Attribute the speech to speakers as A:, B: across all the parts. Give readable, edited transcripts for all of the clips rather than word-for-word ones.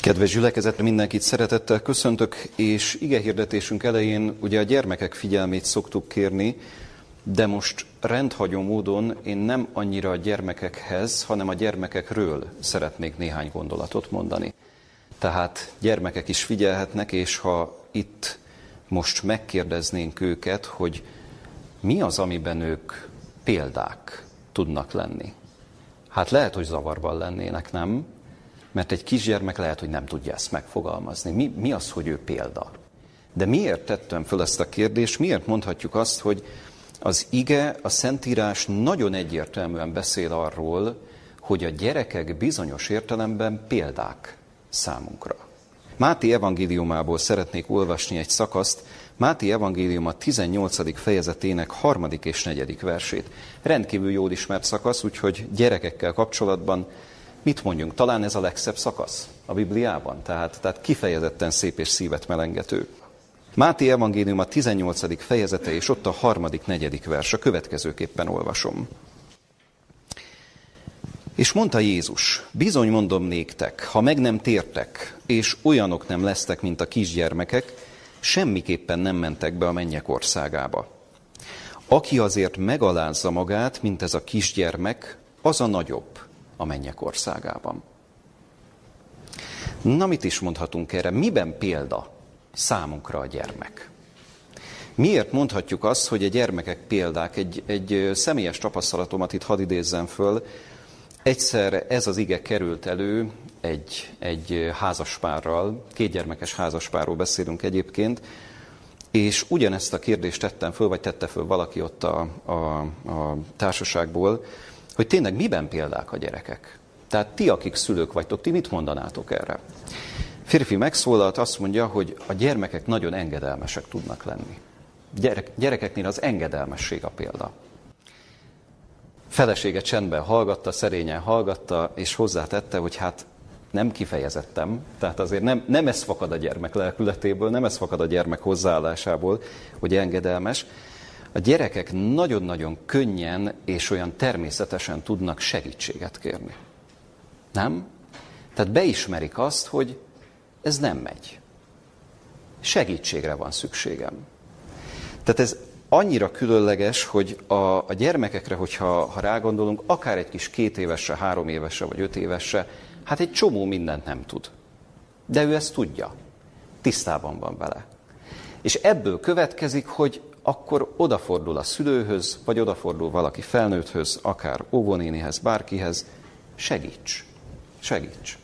A: Kedves gyülekezet, mindenkit szeretettel köszöntök, és igehirdetésünk elején ugye a gyermekek figyelmét szoktuk kérni, de most rendhagyó módon én nem annyira a gyermekekhez, hanem a gyermekekről szeretnék néhány gondolatot mondani. Tehát gyermekek is figyelhetnek, és ha itt most megkérdeznénk őket, hogy mi az, amiben ők példák tudnak lenni. Hát lehet, hogy zavarban lennének, nem? Mert egy kisgyermek lehet, hogy nem tudja ezt megfogalmazni. Mi az, hogy ő példa? De miért tettem föl ezt a kérdést? Miért mondhatjuk azt, hogy az ige, a Szentírás nagyon egyértelműen beszél arról, hogy a gyerekek bizonyos értelemben példák számunkra. Máté evangéliumából szeretnék olvasni egy szakaszt, Máté evangéliuma 18. fejezetének 3. és 4. versét. Rendkívül jól ismert szakasz, úgyhogy gyerekekkel kapcsolatban mit mondjunk? Talán ez a legszebb szakasz a Bibliában, tehát kifejezetten szép és szívet melengető. Máté evangéliuma 18. fejezete, és ott a 3., 4. vers, a következőképpen olvasom. És mondta Jézus, bizony mondom néktek, ha meg nem tértek, és olyanok nem lesztek, mint a kisgyermekek, semmiképpen nem mentek be a mennyek országába. Aki azért megalázza magát, mint ez a kisgyermek, az a nagyobb a mennyek országában. Na, mit is mondhatunk erre? Miben példa számunkra a gyermek? Miért mondhatjuk azt, hogy a gyermekek példák? Egy személyes tapasztalatomat itt hadd idézzem föl. Egyszer ez az ige került elő egy házaspárral, 2 gyermekes házaspárról beszélünk egyébként, és ugyanezt a kérdést tettem föl, vagy tette föl valaki ott a társaságból, hogy tényleg miben példák a gyerekek? Tehát ti, akik szülők vagytok, ti mit mondanátok erre? Férfi megszólalt, azt mondja, hogy a gyermekek nagyon engedelmesek tudnak lenni. Gyerekeknél az engedelmesség a példa. Felesége csendben hallgatta, szerényen hallgatta, és hozzátette, hogy hát nem kifejezettem, tehát azért nem ez fakad a gyermek lelkületéből, nem ez fakad a gyermek hozzáállásából, hogy engedelmes. A gyerekek nagyon-nagyon könnyen és olyan természetesen tudnak segítséget kérni. Nem? Tehát beismerik azt, hogy ez nem megy. Segítségre van szükségem. Tehát ez annyira különleges, hogy a gyermekekre, hogyha rágondolunk, akár egy kis 2 évesre, 3 évesre vagy 5 évesre, hát egy csomó mindent nem tud. De ő ezt tudja. Tisztában van vele. És ebből következik, hogy akkor odafordul a szülőhöz, vagy odafordul valaki felnőtthöz, akár óvónénihez, bárkihez, segíts. Segíts.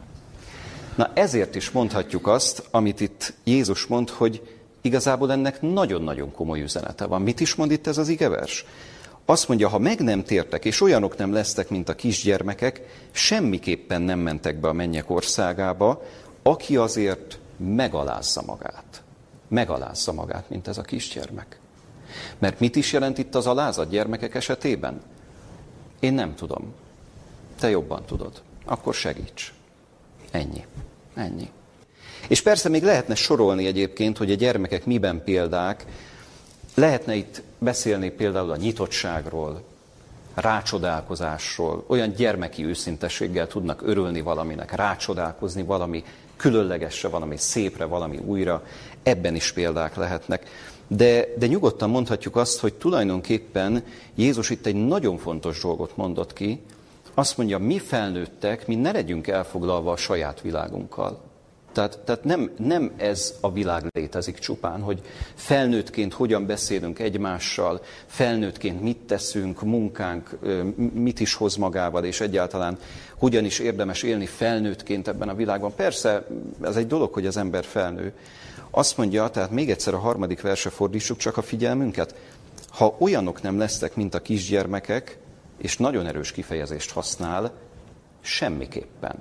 A: Na ezért is mondhatjuk azt, amit itt Jézus mond, hogy igazából ennek nagyon-nagyon komoly üzenete van. Mit is mond itt ez az igevers? Azt mondja, ha meg nem tértek, és olyanok nem lesztek, mint a kisgyermekek, semmiképpen nem mentek be a mennyek országába, aki azért megalázza magát. Megalázza magát, mint ez a kisgyermek. Mert mit is jelent itt az alázat gyermekek esetében? Én nem tudom. Te jobban tudod. Akkor segíts. Ennyi. Ennyi. És persze még lehetne sorolni egyébként, hogy a gyermekek miben példák. Lehetne itt beszélni például a nyitottságról, rácsodálkozásról. Olyan gyermeki őszintességgel tudnak örülni valaminek, rácsodálkozni valami különlegesre, valami szépre, valami újra. Ebben is példák lehetnek. De nyugodtan mondhatjuk azt, hogy tulajdonképpen Jézus itt egy nagyon fontos dolgot mondott ki. Azt mondja, mi felnőttek, mi ne legyünk elfoglalva a saját világunkkal. Tehát nem ez a világ létezik csupán, hogy felnőttként hogyan beszélünk egymással, felnőttként mit teszünk, munkánk mit is hoz magával, és egyáltalán hogyan is érdemes élni felnőttként ebben a világban. Persze, ez egy dolog, hogy az ember felnő. Azt mondja, tehát még egyszer a 3. versre fordítsuk csak a figyelmünket. Ha olyanok nem lesztek, mint a kisgyermekek, és nagyon erős kifejezést használ, semmiképpen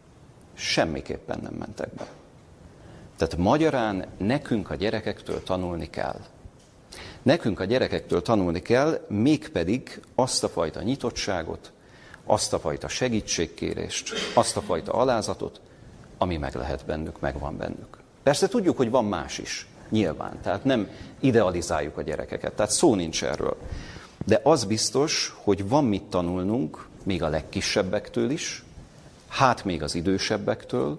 A: nem mentek be. Tehát magyarán nekünk a gyerekektől tanulni kell. Nekünk a gyerekektől tanulni kell, mégpedig azt a fajta nyitottságot, azt a fajta segítségkérést, azt a fajta alázatot, ami meg lehet bennük, megvan bennük. Persze tudjuk, hogy van más is, nyilván. Tehát nem idealizáljuk a gyerekeket, tehát szó nincs erről. De az biztos, hogy van mit tanulnunk, még a legkisebbektől is, hát még az idősebbektől,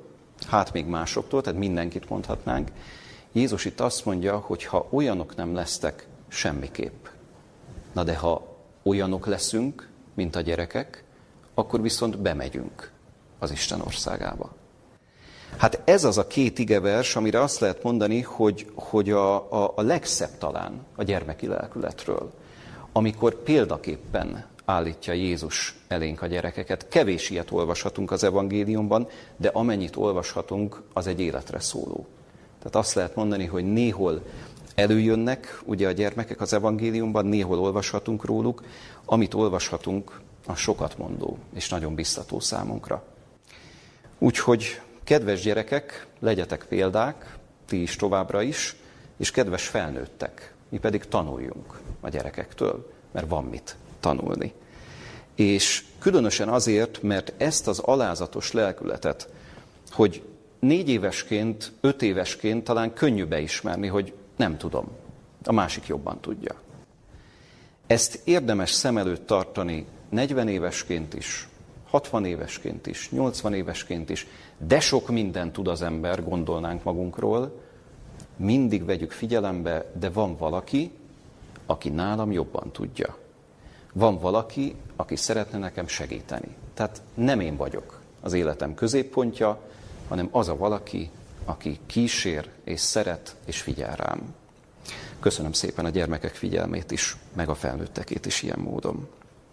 A: hát még másoktól, tehát mindenkit mondhatnánk. Jézus itt azt mondja, hogy ha olyanok nem lesztek, semmiképp. Na de ha olyanok leszünk, mint a gyerekek, akkor viszont bemegyünk az Isten országába. Hát ez az a két igevers, amire azt lehet mondani, hogy a legszebb talán a gyermeki lelkületről, amikor példaképpen állítja Jézus elénk a gyerekeket. Kevés ilyet olvashatunk az evangéliumban, de amennyit olvashatunk, az egy életre szóló. Tehát azt lehet mondani, hogy néhol előjönnek ugye a gyermekek az evangéliumban, néhol olvashatunk róluk, amit olvashatunk, az sokat mondó és nagyon biztató számunkra. Úgyhogy kedves gyerekek, legyetek példák, ti is továbbra is, és kedves felnőttek, mi pedig tanuljunk a gyerekektől, mert van mit tanulni. És különösen azért, mert ezt az alázatos lelkületet, hogy 4 évesként, 5 évesként talán könnyű beismerni, hogy nem tudom, a másik jobban tudja. Ezt érdemes szem előtt tartani 40 évesként is, 60 évesként is, 80 évesként is, de sok mindent tud az ember, gondolnánk magunkról, mindig vegyük figyelembe, de van valaki, aki nálam jobban tudja. Van valaki, aki szeretne nekem segíteni. Tehát nem én vagyok az életem középpontja, hanem az a valaki, aki kísér és szeret és figyel rám. Köszönöm szépen a gyermekek figyelmét is, meg a felnőttekét is ilyen módon.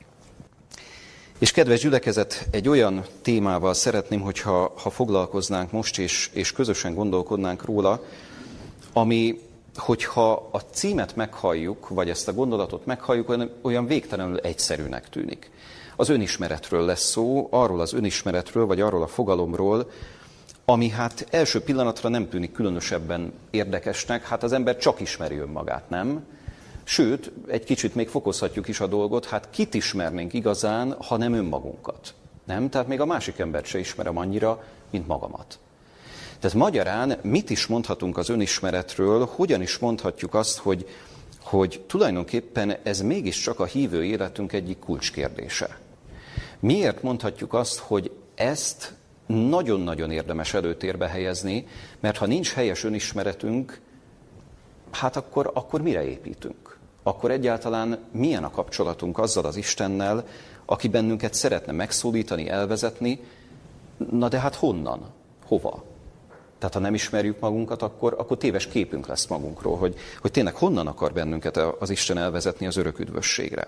A: És kedves gyülekezet, egy olyan témával szeretném, hogyha foglalkoznánk most, és közösen gondolkodnánk róla, ami, hogyha a címet meghalljuk, vagy ezt a gondolatot meghalljuk, olyan végtelenül egyszerűnek tűnik. Az önismeretről lesz szó, arról az önismeretről, vagy arról a fogalomról, ami hát első pillanatra nem tűnik különösebben érdekesnek, hát az ember csak ismeri önmagát, nem? Sőt, egy kicsit még fokozhatjuk is a dolgot, hát kit ismernénk igazán, ha nem önmagunkat, nem? Tehát még a másik embert se ismerem annyira, mint magamat. Tehát magyarán mit is mondhatunk az önismeretről, hogyan is mondhatjuk azt, hogy tulajdonképpen ez mégiscsak a hívő életünk egyik kulcskérdése. Miért mondhatjuk azt, hogy ezt nagyon-nagyon érdemes előtérbe helyezni, mert ha nincs helyes önismeretünk, hát akkor mire építünk? Akkor egyáltalán milyen a kapcsolatunk azzal az Istennel, aki bennünket szeretne megszólítani, elvezetni, na de hát honnan? Hova? Tehát ha nem ismerjük magunkat, akkor téves képünk lesz magunkról, hogy tényleg honnan akar bennünket az Isten elvezetni az örök üdvösségre.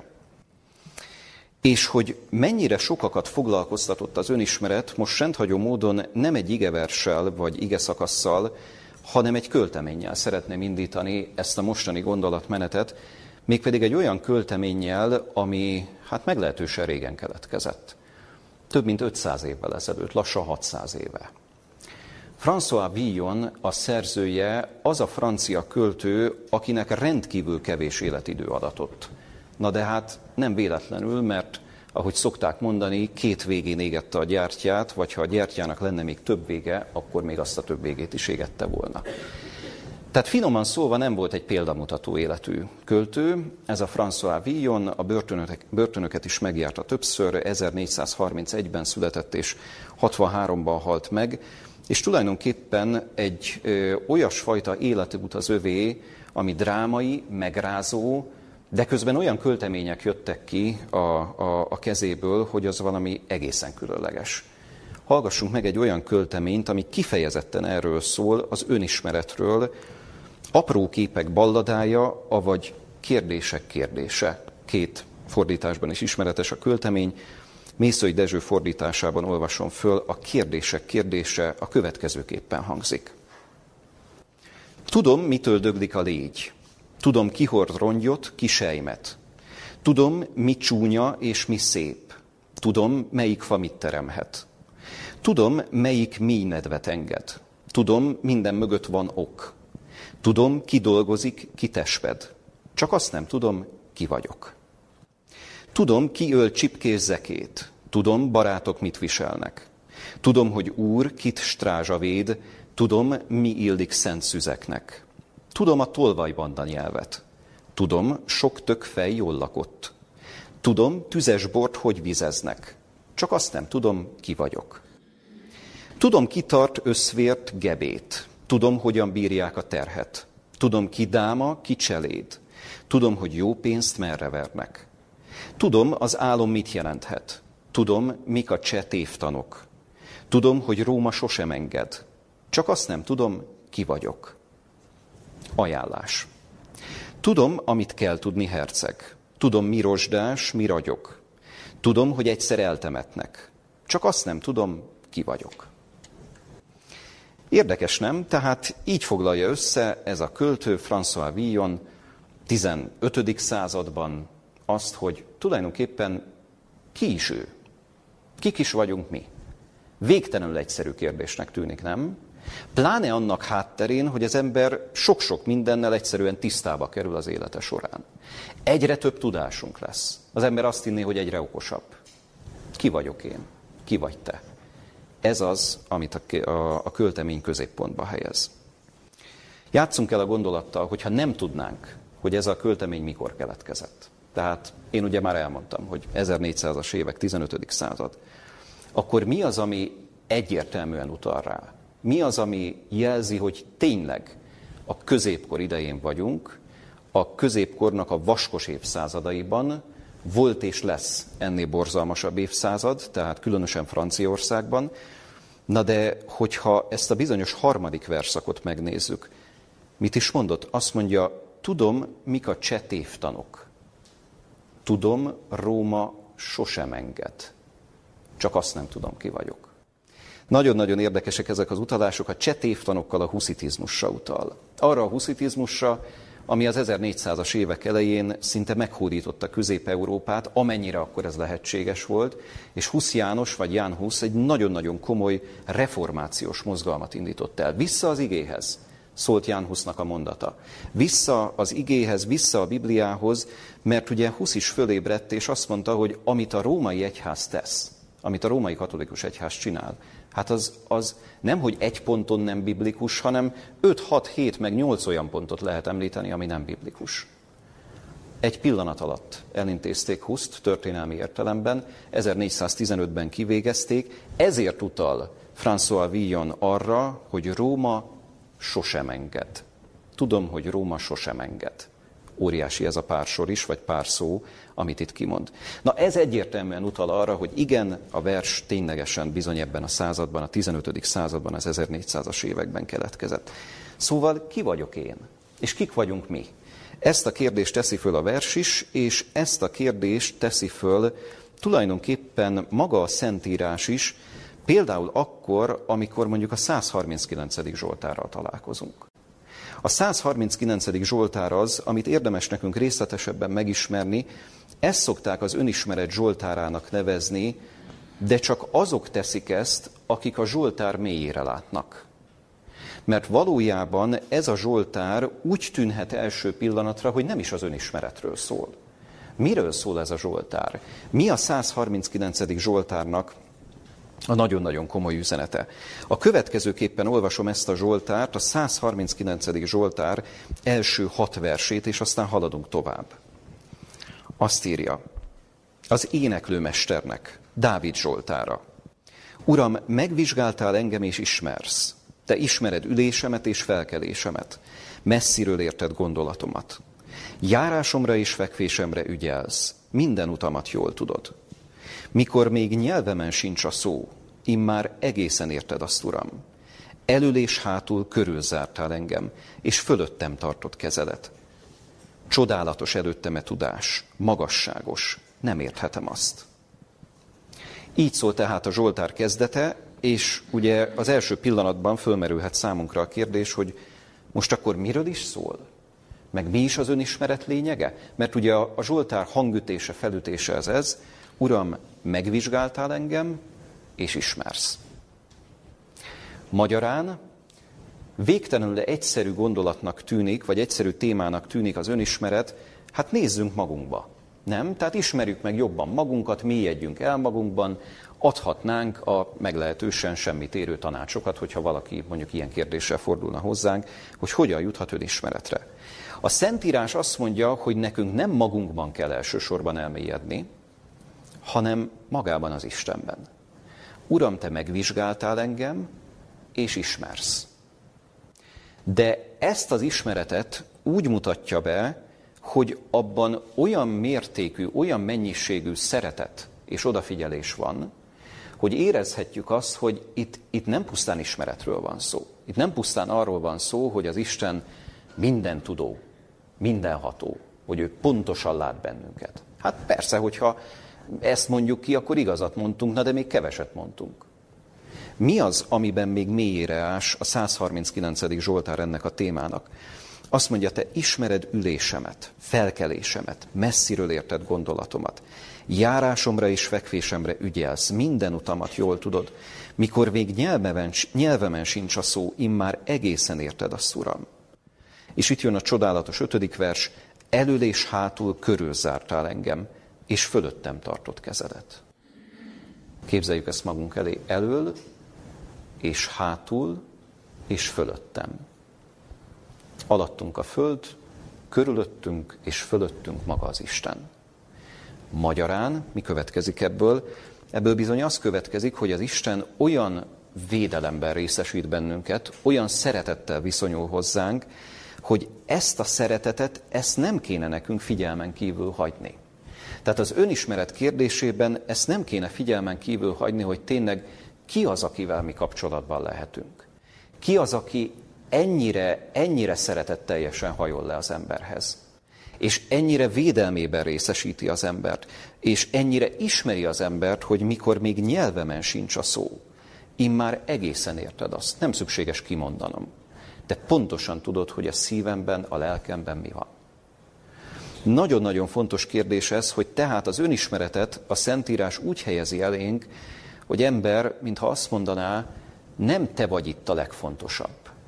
A: És hogy mennyire sokakat foglalkoztatott az önismeret, most rendhagyó módon nem egy igeverssel vagy igeszakasszal, hanem egy költeménnyel szeretném indítani ezt a mostani gondolatmenetet, mégpedig egy olyan költeménnyel, ami hát meglehetősen régen keletkezett. Több mint 500 évvel ezelőtt, lassan 600 éve. François Villon a szerzője az a francia költő, akinek rendkívül kevés életidő adatott. Na de hát nem véletlenül, mert ahogy szokták mondani, 2 végén égette a gyertyát, vagy ha a gyertyának lenne még több vége, akkor még azt a több végét is égette volna. Tehát finoman szólva nem volt egy példamutató életű költő. Ez a François Villon a börtönöket is megjárta többször, 1431-ben született és 63-ban halt meg, és tulajdonképpen egy olyasfajta életút az övé, ami drámai, megrázó, de közben olyan költemények jöttek ki a kezéből, hogy az valami egészen különleges. Hallgassunk meg egy olyan költeményt, ami kifejezetten erről szól, az önismeretről, Apró képek balladája, avagy Kérdések kérdése. 2 fordításban is ismeretes a költemény. Mészöly Dezső fordításában olvasom föl, a Kérdések kérdése a következőképpen hangzik. Tudom, mitől döglik a légy. Tudom, ki hord rongyot, ki sejmet. Tudom, mi csúnya és mi szép. Tudom, melyik fa mit teremhet. Tudom, melyik mély nedvet enged. Tudom, minden mögött van ok. Tudom, ki dolgozik, ki tesped. Csak azt nem tudom, ki vagyok. Tudom, ki öl csipkés zekét. Tudom, barátok mit viselnek. Tudom, hogy Úr kit strázsa véd. Tudom, mi illik szent szüzeknek. Tudom a tolvajbanda nyelvet. Tudom, sok tök fej jól lakott. Tudom, tüzes bort hogy vizeznek. Csak azt nem tudom, ki vagyok. Tudom, ki tart összvért gebét. Tudom, hogyan bírják a terhet. Tudom, ki dáma, ki cseléd. Tudom, hogy jó pénzt merre vernek. Tudom, az álom mit jelenthet. Tudom, mik a cseh tévtanok. Tudom, hogy Róma sosem enged. Csak azt nem tudom, ki vagyok. Ajánlás. Tudom, amit kell tudni, herceg. Tudom, mi rozsdás, mi ragyog. Tudom, hogy egyszer eltemetnek. Csak azt nem tudom, ki vagyok. Érdekes, nem? Tehát így foglalja össze ez a költő, François Villon 15. században azt, hogy tulajdonképpen ki is ő? Kik is vagyunk mi? Végtelenül egyszerű kérdésnek tűnik, nem? Pláne annak hátterén, hogy az ember sok-sok mindennel egyszerűen tisztába kerül az élete során. Egyre több tudásunk lesz. Az ember azt hinné, hogy egyre okosabb. Ki vagyok én? Ki vagy te? Ez az, amit a költemény középpontba helyez. Játsszunk el a gondolattal, hogyha nem tudnánk, hogy ez a költemény mikor keletkezett. Tehát én ugye már elmondtam, hogy 1400-as évek, 15. század. Akkor mi az, ami egyértelműen utal rá? Mi az, ami jelzi, hogy tényleg a középkor idején vagyunk, a középkornak a vaskos évszázadaiban, volt és lesz ennél borzalmasabb évszázad, tehát különösen Franciaországban. Na de, hogyha ezt a bizonyos harmadik versszakot megnézzük, mit is mondott? Azt mondja, tudom, mik a cseh tévtanok. Tudom, Róma sosem enged. Csak azt nem tudom, ki vagyok. Nagyon-nagyon érdekesek ezek az utalások, a cseh tévtanokkal a huszitizmusra utal. Arra a huszitizmusra, ami az 1400-as évek elején szinte meghódította Közép-Európát, amennyire akkor ez lehetséges volt, és Husz János, vagy Ján Husz egy nagyon-nagyon komoly reformációs mozgalmat indított el. Vissza az igéhez, szólt Ján Husznak a mondata. Vissza az igéhez, vissza a Bibliához, mert ugye Husz is fölébredt, és azt mondta, hogy amit a római egyház tesz, amit a római katolikus egyház csinál, hát az nem, hogy egy ponton nem biblikus, hanem 5, 6, 7, meg 8 olyan pontot lehet említeni, ami nem biblikus. Egy pillanat alatt elintézték Huszt történelmi értelemben, 1415-ben kivégezték, ezért utal François Villon arra, hogy Róma sosem enged. Tudom, hogy Róma sosem enged. Óriási ez a pár sor is, vagy pár szó, amit itt kimond. Na ez egyértelműen utal arra, hogy igen, a vers ténylegesen bizony ebben a században, a 15. században, az 1400-as években keletkezett. Szóval ki vagyok én? És kik vagyunk mi? Ezt a kérdést teszi föl a vers is, és ezt a kérdést teszi föl tulajdonképpen maga a Szentírás is, például akkor, amikor mondjuk a 139. Zsoltárral találkozunk. A 139. Zsoltár az, amit érdemes nekünk részletesebben megismerni, ezt szokták az önismeret zsoltárának nevezni, de csak azok teszik ezt, akik a zsoltár mélyére látnak. Mert valójában ez a zsoltár úgy tűnhet első pillanatra, hogy nem is az önismeretről szól. Miről szól ez a zsoltár? Mi a 139. zsoltárnak a nagyon-nagyon komoly üzenete? A következőképpen olvasom ezt a zsoltárt, a 139. zsoltár első 6 versét, és aztán haladunk tovább. Azt írja, az éneklőmesternek, Dávid zsoltára. Uram, megvizsgáltál engem és ismersz. Te ismered ülésemet és felkelésemet. Messziről érted gondolatomat. Járásomra és fekvésemre ügyelsz. Minden utamat jól tudod. Mikor még nyelvemen sincs a szó, immár egészen érted azt, Uram. Elől és hátul körülzártál engem, és fölöttem tartott kezedet. Csodálatos előttem tudás, magasságos, nem érthetem azt. Így szól tehát a zsoltár kezdete, és ugye az első pillanatban fölmerülhet számunkra a kérdés, hogy most akkor miről is szól? Meg mi is az önismeret lényege? Mert ugye a zsoltár hangütése, felütése ez, Uram, megvizsgáltál engem, és ismersz. Magyarán végtelenül egyszerű gondolatnak tűnik, vagy egyszerű témának tűnik az önismeret, hát nézzünk magunkba. Nem? Tehát ismerjük meg jobban magunkat, mélyedjünk el magunkban, adhatnánk a meglehetősen semmit érő tanácsokat, hogyha valaki mondjuk ilyen kérdéssel fordulna hozzánk, hogy hogyan juthat önismeretre. A Szentírás azt mondja, hogy nekünk nem magunkban kell elsősorban elmélyedni, hanem magában az Istenben. Uram, te megvizsgáltál engem, és ismersz. De ezt az ismeretet úgy mutatja be, hogy abban olyan mértékű, olyan mennyiségű szeretet és odafigyelés van, hogy érezhetjük azt, hogy itt nem pusztán ismeretről van szó. Itt nem pusztán arról van szó, hogy az Isten mindentudó, mindenható, hogy ő pontosan lát bennünket. Hát persze, hogyha ezt mondjuk ki, akkor igazat mondtunk, de még keveset mondtunk. Mi az, amiben még mélyére ás a 139. Zsoltár ennek a témának? Azt mondja, te ismered ülésemet, felkelésemet, messziről érted gondolatomat. Járásomra és fekvésemre ügyelsz, minden utamat jól tudod. Mikor még nyelvemen sincs a szó, immár egészen érted azt, Uram. És itt jön a csodálatos 5. vers, elől és hátul körülzártál engem, és fölöttem tartott kezedet. Képzeljük ezt magunk elé, elől és hátul és fölöttem. Alattunk a föld, körülöttünk és fölöttünk maga az Isten. Magyarán mi következik ebből? Ebből bizony az következik, hogy az Isten olyan védelemben részesít bennünket, olyan szeretettel viszonyul hozzánk, hogy ezt a szeretetet, ezt nem kéne nekünk figyelmen kívül hagyni. Tehát az önismeret kérdésében ezt nem kéne figyelmen kívül hagyni, hogy tényleg ki az, akivel mi kapcsolatban lehetünk. Ki az, aki ennyire szeretetteljesen hajol le az emberhez. És ennyire védelmében részesíti az embert. És ennyire ismeri az embert, hogy mikor még nyelvemen sincs a szó. Immár egészen érted azt. Nem szükséges kimondanom. Te pontosan tudod, hogy a szívemben, a lelkemben mi van. Nagyon-nagyon fontos kérdés ez, hogy tehát az önismeretet a Szentírás úgy helyezi elénk, hogy ember, mintha azt mondaná, nem te vagy itt a legfontosabb.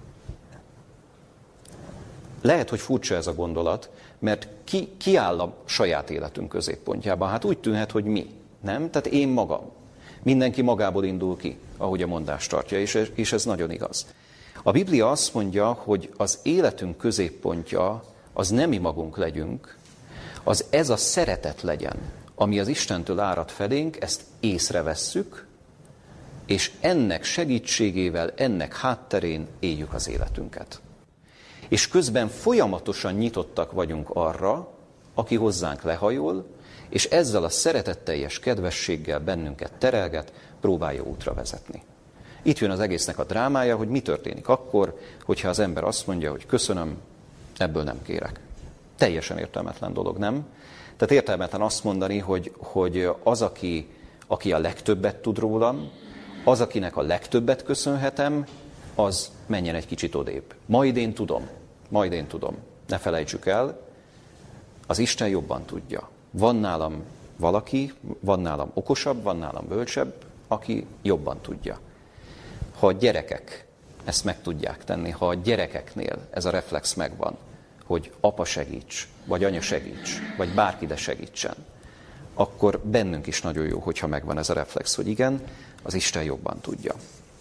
A: Lehet, hogy furcsa ez a gondolat, mert ki áll a saját életünk középpontjában? Hát úgy tűnhet, hogy mi, nem? Tehát én magam. Mindenki magából indul ki, ahogy a mondás tartja, és ez nagyon igaz. A Biblia azt mondja, hogy az életünk középpontja az nem mi magunk legyünk, az ez a szeretet legyen, ami az Istentől árad felénk, ezt észrevesszük, és ennek segítségével, ennek hátterén éljük az életünket. És közben folyamatosan nyitottak vagyunk arra, aki hozzánk lehajol, és ezzel a szeretetteljes kedvességgel bennünket terelget, próbálja útra vezetni. Itt jön az egésznek a drámája, hogy mi történik akkor, hogyha az ember azt mondja, hogy köszönöm, ebből nem kérek. Teljesen értelmetlen dolog, nem? Tehát értelmetlen azt mondani, hogy az, aki a legtöbbet tud rólam, az, akinek a legtöbbet köszönhetem, az menjen egy kicsit odébb. Majd én tudom. Ne felejtsük el, az Isten jobban tudja. Van nálam valaki, van nálam okosabb, van nálam bölcsebb, aki jobban tudja. Ha a gyerekek ezt meg tudják tenni, ha a gyerekeknél ez a reflex megvan, hogy apa segíts, vagy anya segíts, vagy bárki de segítsen, akkor bennünk is nagyon jó, hogyha megvan ez a reflex, hogy igen, az Isten jobban tudja.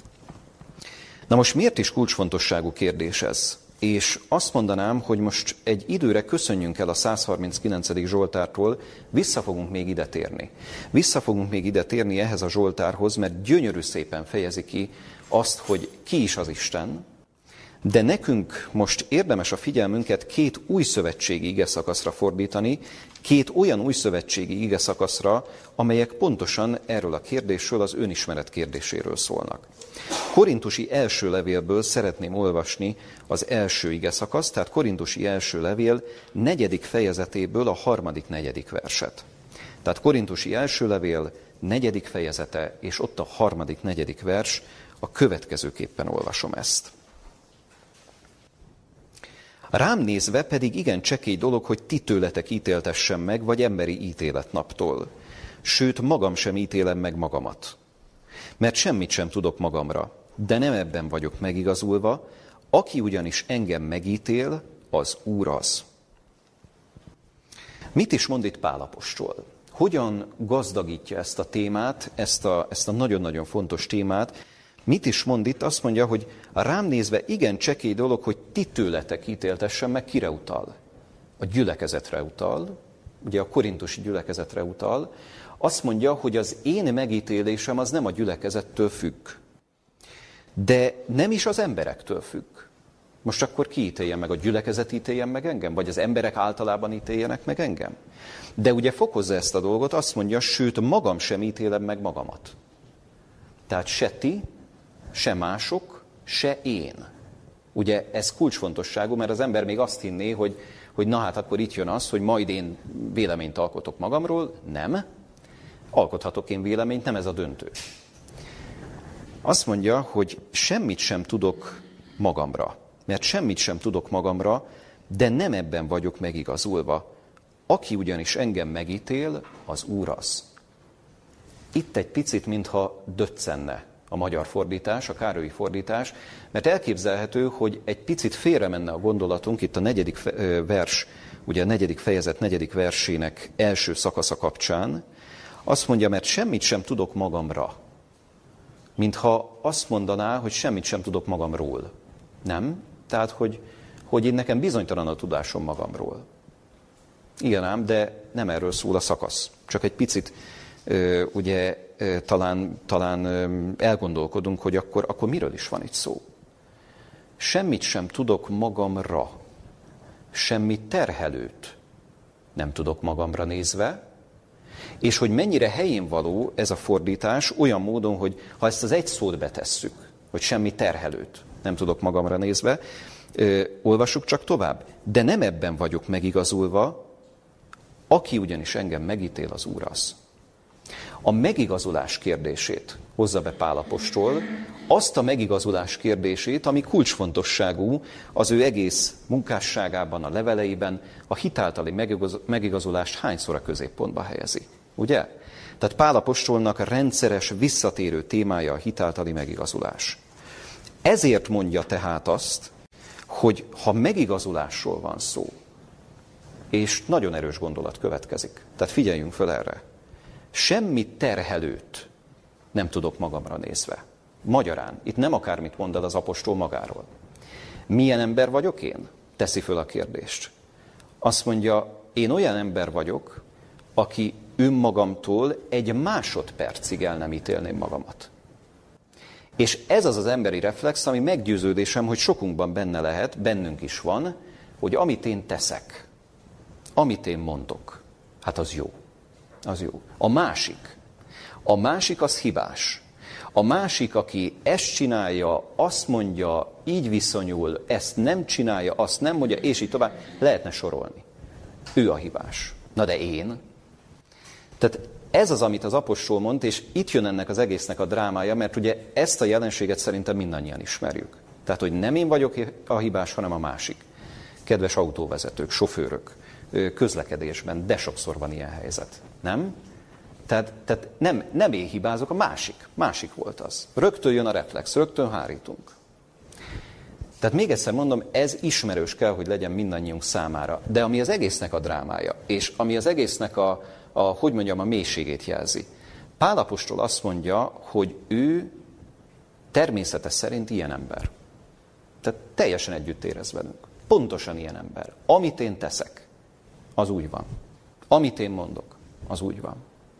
A: Na most miért is kulcsfontosságú kérdés ez? És azt mondanám, hogy most egy időre köszönjünk el a 139. Zsoltártól, vissza fogunk még ide térni. Vissza fogunk még ide térni ehhez a Zsoltárhoz, mert gyönyörű szépen fejezi ki azt, hogy ki is az Isten, de nekünk most érdemes a figyelmünket két új szövetségi igeszakaszra fordítani, két olyan új szövetségi igeszakaszra, amelyek pontosan erről a kérdésről, az önismeret kérdéséről szólnak. Korintusi első levélből szeretném olvasni az első igeszakaszt, tehát Korintusi első levél 4. fejezetéből a 3.-4. verset. Tehát Korintusi első levél 4. fejezete, és ott a 3.-4. vers, a következőképpen olvasom ezt. Rám nézve pedig igen csekély dolog, hogy ti tőletek ítéltessem meg, vagy emberi ítéletnaptól. Sőt, magam sem ítélem meg magamat. Mert semmit sem tudok magamra, de nem ebben vagyok megigazulva, aki ugyanis engem megítél, az Úr az. Mit is mond itt Pál apostol? Hogyan gazdagítja ezt a témát, ezt a nagyon-nagyon fontos témát? Mit is mond itt? Azt mondja, hogy rám nézve igen csekély dolog, hogy ti tőletek ítéltessem meg, kire utal? A gyülekezetre utal, ugye a korintusi gyülekezetre utal, azt mondja, hogy az én megítélésem az nem a gyülekezettől függ, de nem is az emberektől függ. Most akkor ki ítéljen meg? A gyülekezet ítéljen meg engem? Vagy az emberek általában ítéljenek meg engem? De ugye fokozza ezt a dolgot, azt mondja, sőt, magam sem ítélem meg magamat. Tehát se ti, se mások, se én. Ugye ez kulcsfontosságú, mert az ember még azt hinné, hogy na hát akkor itt jön az, hogy majd én véleményt alkotok magamról. Nem. Alkothatok én véleményt, nem ez a döntő. Azt mondja, hogy semmit sem tudok magamra. Mert semmit sem tudok magamra, de nem ebben vagyok megigazulva. Aki ugyanis engem megítél, az Úr az. Itt egy picit, mintha döccenne a magyar fordítás, a Károlyi fordítás, mert elképzelhető, hogy egy picit félre menne a gondolatunk, itt a 4. vers, ugye a 4. fejezet 4. versének első szakasza kapcsán. Azt mondja, mert semmit sem tudok magamra. Mintha azt mondaná, hogy semmit sem tudok magamról. Nem? Tehát, hogy én nekem bizonytalan a tudásom magamról. Igen ám, de nem erről szól a szakasz. Csak egy picit ugye talán elgondolkodunk, hogy akkor miről is van itt szó. Semmit sem tudok magamra, semmi terhelőt nem tudok magamra nézve, és hogy mennyire helyén való ez a fordítás olyan módon, hogy ha ezt az egy szót betesszük, hogy semmi terhelőt nem tudok magamra nézve, olvassuk csak tovább. De nem ebben vagyok megigazulva, aki ugyanis engem megítél, az Úr az. A megigazulás kérdését hozza be Pál apostol, azt a megigazulás kérdését, ami kulcsfontosságú az ő egész munkásságában, a leveleiben, a hitáltali megigazulást hányszor a középpontba helyezi. Ugye? Tehát Pál apostolnak rendszeres, visszatérő témája a hitáltali megigazulás. Ezért mondja tehát azt, hogy ha megigazulásról van szó, és nagyon erős gondolat következik, tehát figyeljünk fel erre, semmi terhelőt nem tudok magamra nézve. Magyarán, itt nem akármit mond el az apostol magáról. Milyen ember vagyok én? Teszi föl a kérdést. Azt mondja, én olyan ember vagyok, aki önmagamtól egy másodpercig el nem ítélném magamat. És ez az az emberi reflex, ami meggyőződésem, hogy sokunkban benne lehet, bennünk is van, hogy amit én teszek, amit én mondok, hát az jó. Az jó. A másik az hibás. A másik, aki ezt csinálja, azt mondja, így viszonyul, ezt nem csinálja, azt nem mondja, és így tovább, lehetne sorolni. Ő a hibás. Na de én? Tehát ez az, amit az apostol mond, és itt jön ennek az egésznek a drámája, mert ugye ezt a jelenséget szerintem mindannyian ismerjük. Tehát, hogy nem én vagyok a hibás, hanem a másik. Kedves autóvezetők, sofőrök, közlekedésben, de sokszor van ilyen helyzet. Nem? Tehát nem én hibázok, a másik volt az. Rögtön jön a reflex, rögtön hárítunk. Tehát még egyszer mondom, ez ismerős kell, hogy legyen mindannyiunk számára. De ami az egésznek a drámája, és ami az egésznek a mélységét jelzi. Pál apostol azt mondja, hogy ő természete szerint ilyen ember. Tehát teljesen együtt érez velünk. Pontosan ilyen ember. Amit én teszek, az úgy van. Amit én mondok, az úgy van.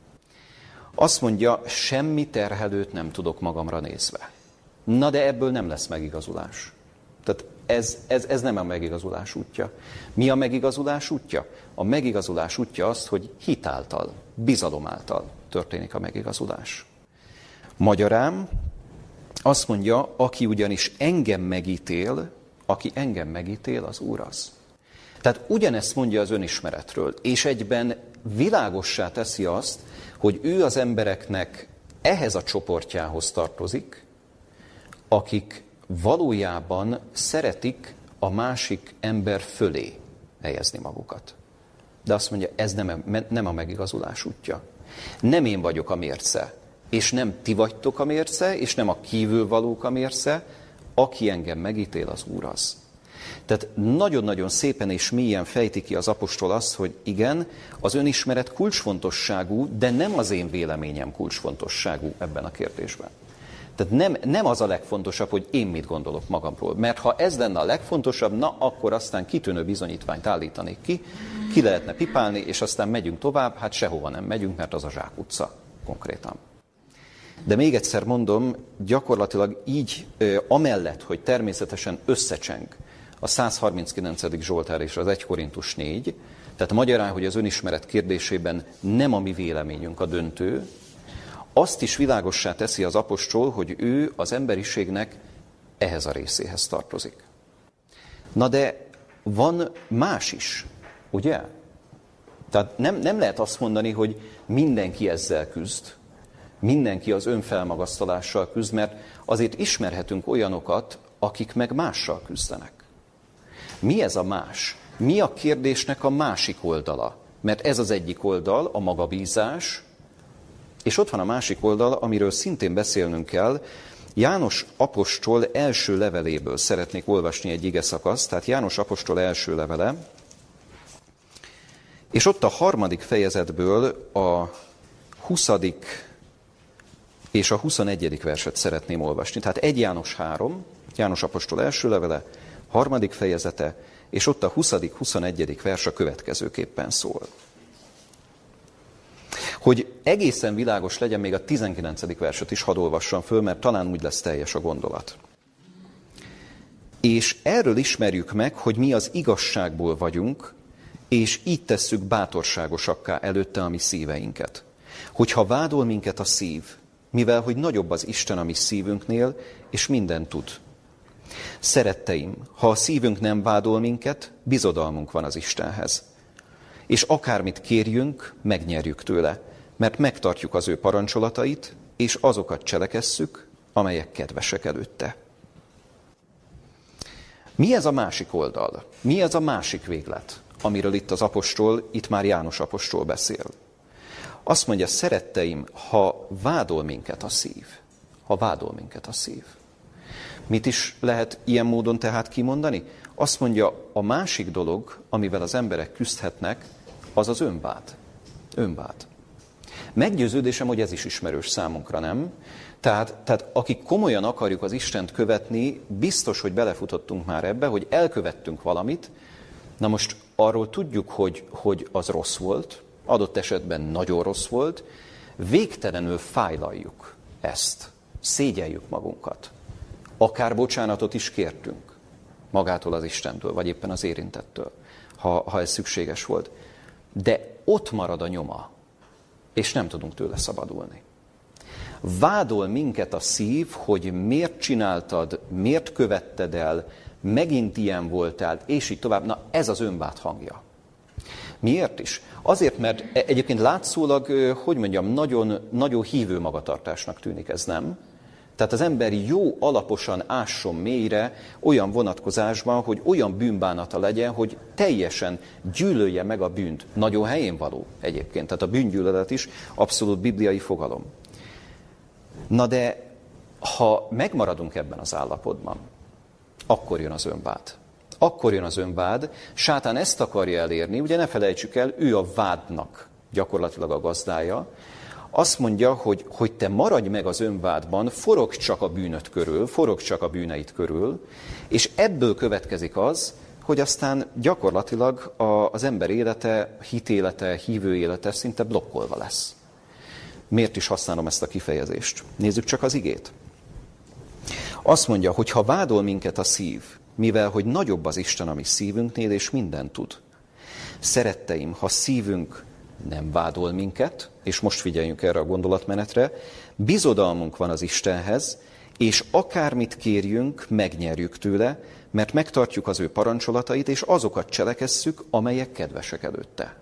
A: Azt mondja, semmi terhelőt nem tudok magamra nézve. Na de ebből nem lesz megigazulás. Tehát ez nem a megigazulás útja. Mi a megigazulás útja? A megigazulás útja az, hogy hit által, bizalom által történik a megigazulás. Magyarán azt mondja, aki ugyanis engem megítél, az Úr az. Tehát ugyanezt mondja az önismeretről, és egyben világossá teszi azt, hogy ő az embereknek ehhez a csoportjához tartozik, akik valójában szeretik a másik ember fölé helyezni magukat. De azt mondja, ez nem a megigazulás útja. Nem én vagyok a mérce, és nem ti vagytok a mérce, és nem a kívülvalók a mérce, aki engem megítél, az Úr az. Tehát nagyon-nagyon szépen és mélyen fejti ki az apostol azt, hogy igen, az önismeret kulcsfontosságú, de nem az én véleményem kulcsfontosságú ebben a kérdésben. Tehát nem az a legfontosabb, hogy én mit gondolok magamról. Mert ha ez lenne a legfontosabb, na akkor aztán kitűnő bizonyítványt állítanék ki lehetne pipálni, és aztán megyünk tovább, hát sehova nem megyünk, mert az a zsákutca konkrétan. De még egyszer mondom, gyakorlatilag így, amellett, hogy természetesen összecseng a 139. Zsoltár és az 1 Korintus 4, tehát magyarán, hogy az önismeret kérdésében nem a mi véleményünk a döntő, azt is világossá teszi az apostol, hogy ő az emberiségnek ehhez a részéhez tartozik. Na de van más is, ugye? Tehát nem lehet azt mondani, hogy mindenki ezzel küzd, mindenki az önfelmagasztalással küzd, mert azért ismerhetünk olyanokat, akik meg mással küzdenek. Mi ez a más? Mi a kérdésnek a másik oldala? Mert ez az egyik oldal, a magabízás, és ott van a másik oldal, amiről szintén beszélnünk kell. János apostol első leveléből szeretnék olvasni egy igeszakaszt, tehát János apostol első levele, és ott a 3. fejezetből a 20. és a 21. verset szeretném olvasni. Tehát 1 János 3, János apostol első levele, 3. fejezete, és ott a 20.-21. vers a következőképpen szól. Hogy egészen világos legyen, még a 19. verset is hadd olvassam föl, mert talán úgy lesz teljes a gondolat. És erről ismerjük meg, hogy mi az igazságból vagyunk, és így tesszük bátorságosakká előtte a mi szíveinket. Hogyha vádol minket a szív, mivel hogy nagyobb az Isten a mi szívünknél, és mindent tud. Szeretteim, ha a szívünk nem vádol minket, bizodalmunk van az Istenhez. És akármit kérjünk, megnyerjük tőle, mert megtartjuk az ő parancsolatait, és azokat cselekesszük, amelyek kedvesek előtte. Mi ez a másik oldal? Mi ez a másik véglet, amiről itt az apostol, itt már János apostol beszél? Azt mondja, szeretteim, ha vádol minket a szív. Ha vádol minket a szív. Mit is lehet ilyen módon tehát kimondani? Azt mondja, a másik dolog, amivel az emberek küzdhetnek, az az önvád. Önvád. Meggyőződésem, hogy ez is ismerős számunkra, nem? Tehát akik komolyan akarjuk az Istent követni, biztos, hogy belefutottunk már ebbe, hogy elkövettünk valamit, na most arról tudjuk, hogy az rossz volt, adott esetben nagyon rossz volt, végtelenül fájlaljuk ezt, szégyeljük magunkat. Akár bocsánatot is kértünk magától az Istentől, vagy éppen az érintettől, ha ez szükséges volt. De ott marad a nyoma, és nem tudunk tőle szabadulni. Vádol minket a szív, hogy miért csináltad, miért követted el, megint ilyen voltál, és így tovább. Na, ez az önvád hangja. Miért is? Azért, mert egyébként látszólag, nagyon, nagyon hívő magatartásnak tűnik ez, nem? Tehát az ember jó alaposan ásson mélyre olyan vonatkozásban, hogy olyan bűnbánata legyen, hogy teljesen gyűlölje meg a bűnt. Nagyon helyén való egyébként. Tehát a bűngyűlölet is abszolút bibliai fogalom. Na de, ha megmaradunk ebben az állapotban, akkor jön az önvád. Akkor jön az önvád. Sátán ezt akarja elérni, ugye ne felejtsük el, ő a vádnak gyakorlatilag a gazdája. Azt mondja, hogy te maradj meg az önvádban, forogj csak a bűnöd körül, forogj csak a bűneid körül, és ebből következik az, hogy aztán gyakorlatilag az ember élete, hitélete, hívő élete szinte blokkolva lesz. Miért is használom ezt a kifejezést? Nézzük csak az igét. Azt mondja, hogy ha vádol minket a szív, mivel hogy nagyobb az Isten a mi szívünknél, és mindent tud. Szeretteim, ha szívünk nem vádol minket, és most figyeljünk erre a gondolatmenetre, bizodalmunk van az Istenhez, és akármit kérjünk, megnyerjük tőle, mert megtartjuk az ő parancsolatait, és azokat cselekesszük, amelyek kedvesek előtte.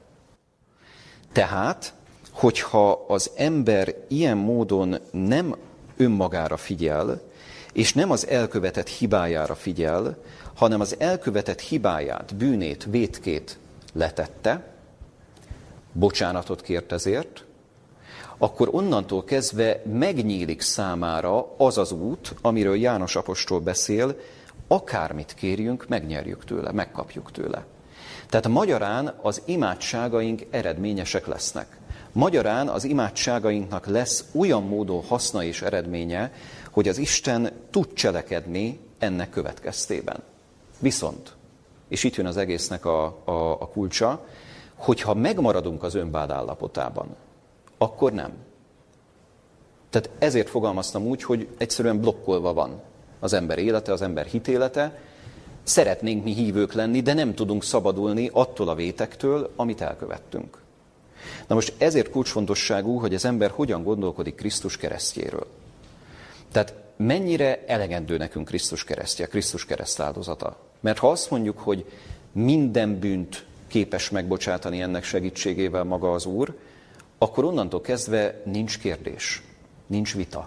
A: Tehát, hogyha az ember ilyen módon nem önmagára figyel, és nem az elkövetett hibájára figyel, hanem az elkövetett hibáját, bűnét, vétkét letette, bocsánatot kért ezért, akkor onnantól kezdve megnyílik számára az az út, amiről János apostol beszél, akármit kérjünk, megnyerjük tőle, megkapjuk tőle. Tehát magyarán az imádságaink eredményesek lesznek. Magyarán az imádságainknak lesz olyan módon haszna és eredménye, hogy az Isten tud cselekedni ennek következtében. Viszont, és itt jön az egésznek a kulcsa, hogyha megmaradunk az önvád állapotában, akkor nem. Tehát ezért fogalmaztam úgy, hogy egyszerűen blokkolva van az ember élete, az ember hitélete. Szeretnénk mi hívők lenni, de nem tudunk szabadulni attól a vétektől, amit elkövettünk. Na most ezért kulcsfontosságú, hogy az ember hogyan gondolkodik Krisztus keresztjéről. Tehát mennyire elegendő nekünk Krisztus keresztje, Krisztus keresztáldozata. Mert ha azt mondjuk, hogy minden bűnt képes megbocsátani ennek segítségével maga az Úr, akkor onnantól kezdve nincs kérdés, nincs vita.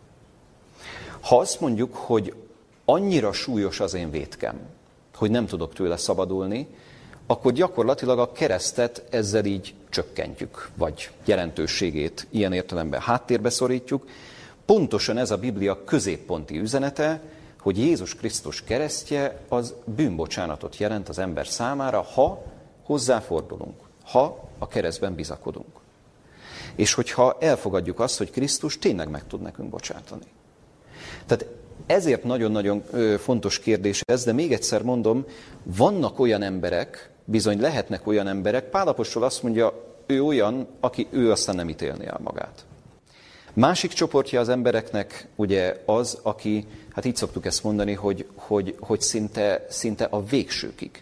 A: Ha azt mondjuk, hogy annyira súlyos az én vétkem, hogy nem tudok tőle szabadulni, akkor gyakorlatilag a keresztet ezzel így csökkentjük, vagy jelentőségét ilyen értelemben háttérbe szorítjuk. Pontosan ez a Biblia középponti üzenete, hogy Jézus Krisztus keresztje az bűnbocsánatot jelent az ember számára, ha hozzáfordulunk, ha a keresztben bizakodunk. És hogyha elfogadjuk azt, hogy Krisztus tényleg meg tud nekünk bocsátani. Tehát ezért nagyon-nagyon fontos kérdés ez, de még egyszer mondom, vannak olyan emberek, bizony lehetnek olyan emberek, Pál apostol azt mondja, ő olyan, aki ő aztán nem ítélné el magát. Másik csoportja az embereknek ugye az, aki, hát így szoktuk ezt mondani, hogy szinte a végsőkig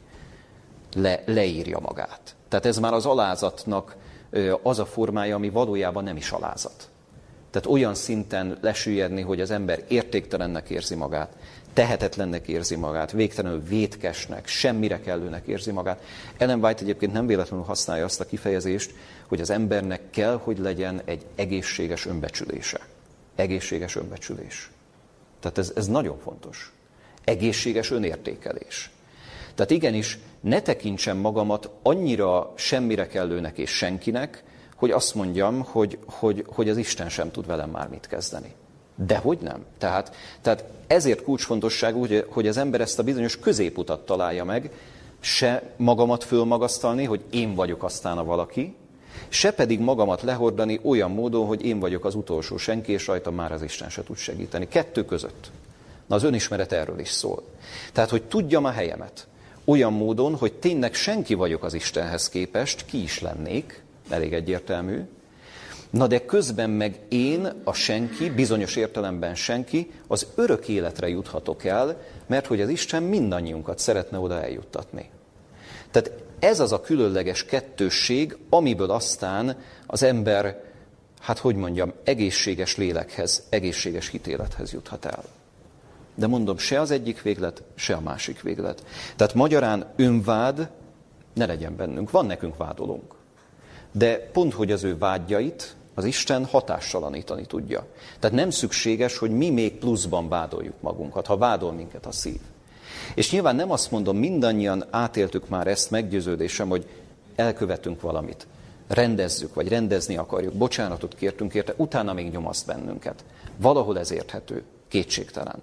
A: leírja magát. Tehát ez már az alázatnak az a formája, ami valójában nem is alázat. Tehát olyan szinten lesüllyedni, hogy az ember értéktelennek érzi magát, tehetetlennek érzi magát, végtelenül vétkesnek, semmire kellőnek érzi magát. Ellen White egyébként nem véletlenül használja azt a kifejezést, hogy az embernek kell, hogy legyen egy egészséges önbecsülése. Egészséges önbecsülés. Tehát ez nagyon fontos. Egészséges önértékelés. Tehát igenis, ne tekintsem magamat annyira semmire kellőnek és senkinek, hogy azt mondjam, hogy az Isten sem tud velem már mit kezdeni. Dehogy nem. Tehát ezért kulcsfontosságú, hogy az ember ezt a bizonyos középutat találja meg, se magamat fölmagasztalni, hogy én vagyok aztán a valaki, se pedig magamat lehordani olyan módon, hogy én vagyok az utolsó senki, és rajtam már az Isten se tud segíteni. Kettő között. Na az önismeret erről is szól. Tehát, hogy tudjam a helyemet. Olyan módon, hogy tényleg senki vagyok az Istenhez képest, ki is lennék, elég egyértelmű. Na de közben meg én, a senki, bizonyos értelemben senki, az örök életre juthatok el, mert hogy az Isten mindannyiunkat szeretne oda eljuttatni. Tehát ez az a különleges kettősség, amiből aztán az ember, hát hogy mondjam, egészséges lélekhez, egészséges hitélethez juthat el. De mondom, se az egyik véglet, se a másik véglet. Tehát magyarán önvád ne legyen bennünk. Van nekünk vádolónk. De pont, hogy az ő vádjait az Isten hatástalanítani tudja. Tehát nem szükséges, hogy mi még pluszban vádoljuk magunkat, ha vádol minket a szív. És nyilván nem azt mondom, mindannyian átéltük már ezt, meggyőződésem, hogy elkövetünk valamit. Rendezzük, vagy rendezni akarjuk, bocsánatot kértünk érte, utána még nyomaszt bennünket. Valahol ez érthető, kétségtelen.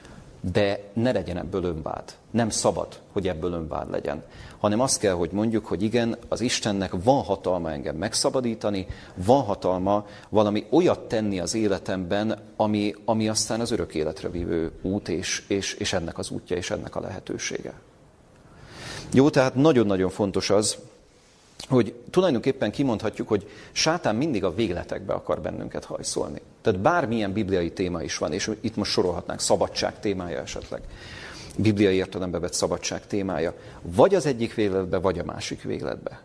A: De ne legyen ebből önvád. Nem szabad, hogy ebből önvád legyen. Hanem azt kell, hogy mondjuk, hogy igen, az Istennek van hatalma engem megszabadítani, van hatalma valami olyat tenni az életemben, ami aztán az örök életre vívő út, és ennek az útja, és ennek a lehetősége. Jó, tehát nagyon-nagyon fontos az, hogy tulajdonképpen kimondhatjuk, hogy sátán mindig a végletekbe akar bennünket hajszolni. Tehát bármilyen bibliai téma is van, és itt most sorolhatnánk, szabadság témája esetleg, bibliai értelembe vett szabadság témája, vagy az egyik végletbe, vagy a másik végletbe.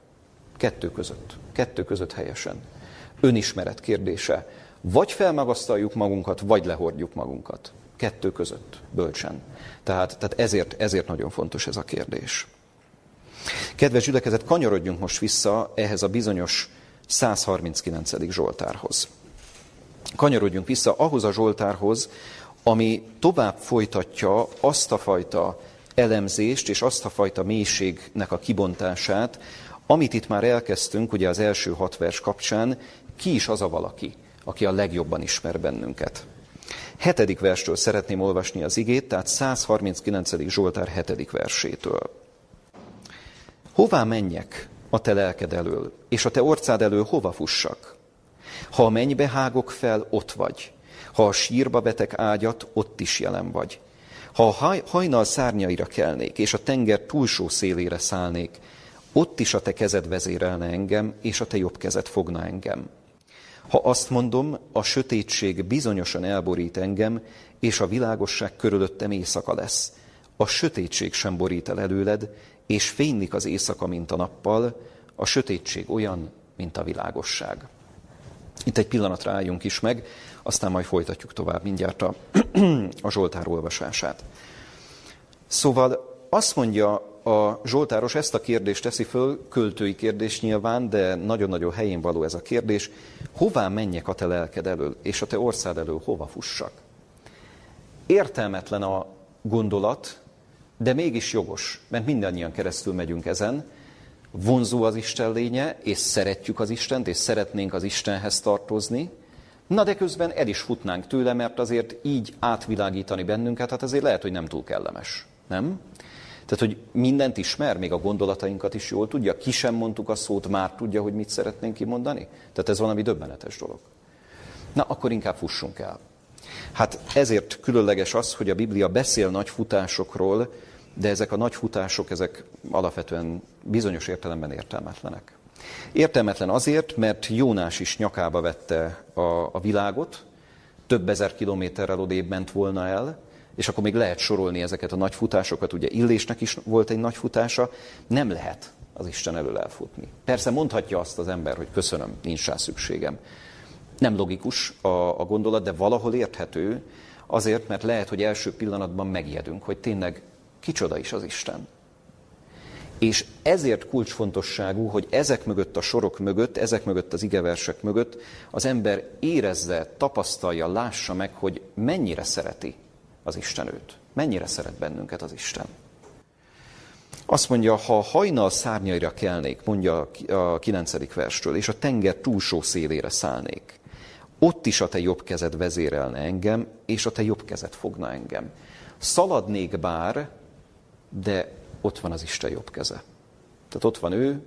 A: Kettő között helyesen. Önismeret kérdése. Vagy felmagasztaljuk magunkat, vagy lehordjuk magunkat. Kettő között, bölcsen. Tehát ezért nagyon fontos ez a kérdés. Kedves gyülekezet, kanyarodjunk most vissza ehhez a bizonyos 139. Zsoltárhoz. Kanyarodjunk vissza ahhoz a Zsoltárhoz, ami tovább folytatja azt a fajta elemzést és azt a fajta mélységnek a kibontását, amit itt már elkezdtünk, ugye az első 6 vers kapcsán, ki is az a valaki, aki a legjobban ismer bennünket. 7. verstől szeretném olvasni az igét, tehát 139. Zsoltár 7. versétől. Hová menjek a te lelked elől, és a te orcád elől hova fussak? Ha a mennybe hágok fel, ott vagy. Ha a sírba vetek ágyat, ott is jelen vagy. Ha a hajnal szárnyaira kelnék, és a tenger túlsó szélére szállnék, ott is a te kezed vezérelne engem, és a te jobb kezed fogna engem. Ha azt mondom, a sötétség bizonyosan elborít engem, és a világosság körülöttem éjszaka lesz. A sötétség sem borít el előled, és fénylik az éjszaka, mint a nappal, a sötétség olyan, mint a világosság. Itt egy pillanatra álljunk is meg, aztán majd folytatjuk tovább mindjárt a Zsoltár olvasását. Szóval azt mondja a Zsoltáros, ezt a kérdést teszi föl, költői kérdés nyilván, de nagyon-nagyon helyén való ez a kérdés. Hová menjek a te lelked elől, és a te orszád elől hova fussak? Értelmetlen a gondolat, de mégis jogos, mert mindannyian keresztül megyünk ezen. Vonzó az Isten lénye, és szeretjük az Istent, és szeretnénk az Istenhez tartozni, na de közben el is futnánk tőle, mert azért így átvilágítani bennünket, hát azért lehet, hogy nem túl kellemes, nem? Tehát, hogy mindent ismer, még a gondolatainkat is jól tudja, ki sem mondtuk a szót, már tudja, hogy mit szeretnénk kimondani? Tehát ez valami döbbenetes dolog. Na, akkor inkább fussunk el. Hát ezért különleges az, hogy a Biblia beszél nagy futásokról, de ezek a nagy futások, ezek alapvetően bizonyos értelemben értelmetlenek. Értelmetlen azért, mert Jónás is nyakába vette a világot, több ezer kilométerrel odébb ment volna el, és akkor még lehet sorolni ezeket a nagy futásokat, ugye Illésnek is volt egy nagy futása, nem lehet az Isten elől elfutni. Persze mondhatja azt az ember, hogy köszönöm, nincs rá szükségem. Nem logikus a gondolat, de valahol érthető, azért, mert lehet, hogy első pillanatban megijedünk, hogy tényleg kicsoda is az Isten. És ezért kulcsfontosságú, hogy ezek mögött a sorok mögött, ezek mögött az igeversek mögött az ember érezze, tapasztalja, lássa meg, hogy mennyire szereti az Isten őt. Mennyire szeret bennünket az Isten. Azt mondja, ha hajnal szárnyaira kelnék, mondja a 9. verstől, és a tenger túlsó szélére szállnék, ott is a te jobb kezed vezérelne engem, és a te jobb kezed fogna engem. Szaladnék bár, de ott van az Isten jobb keze. Tehát ott van ő,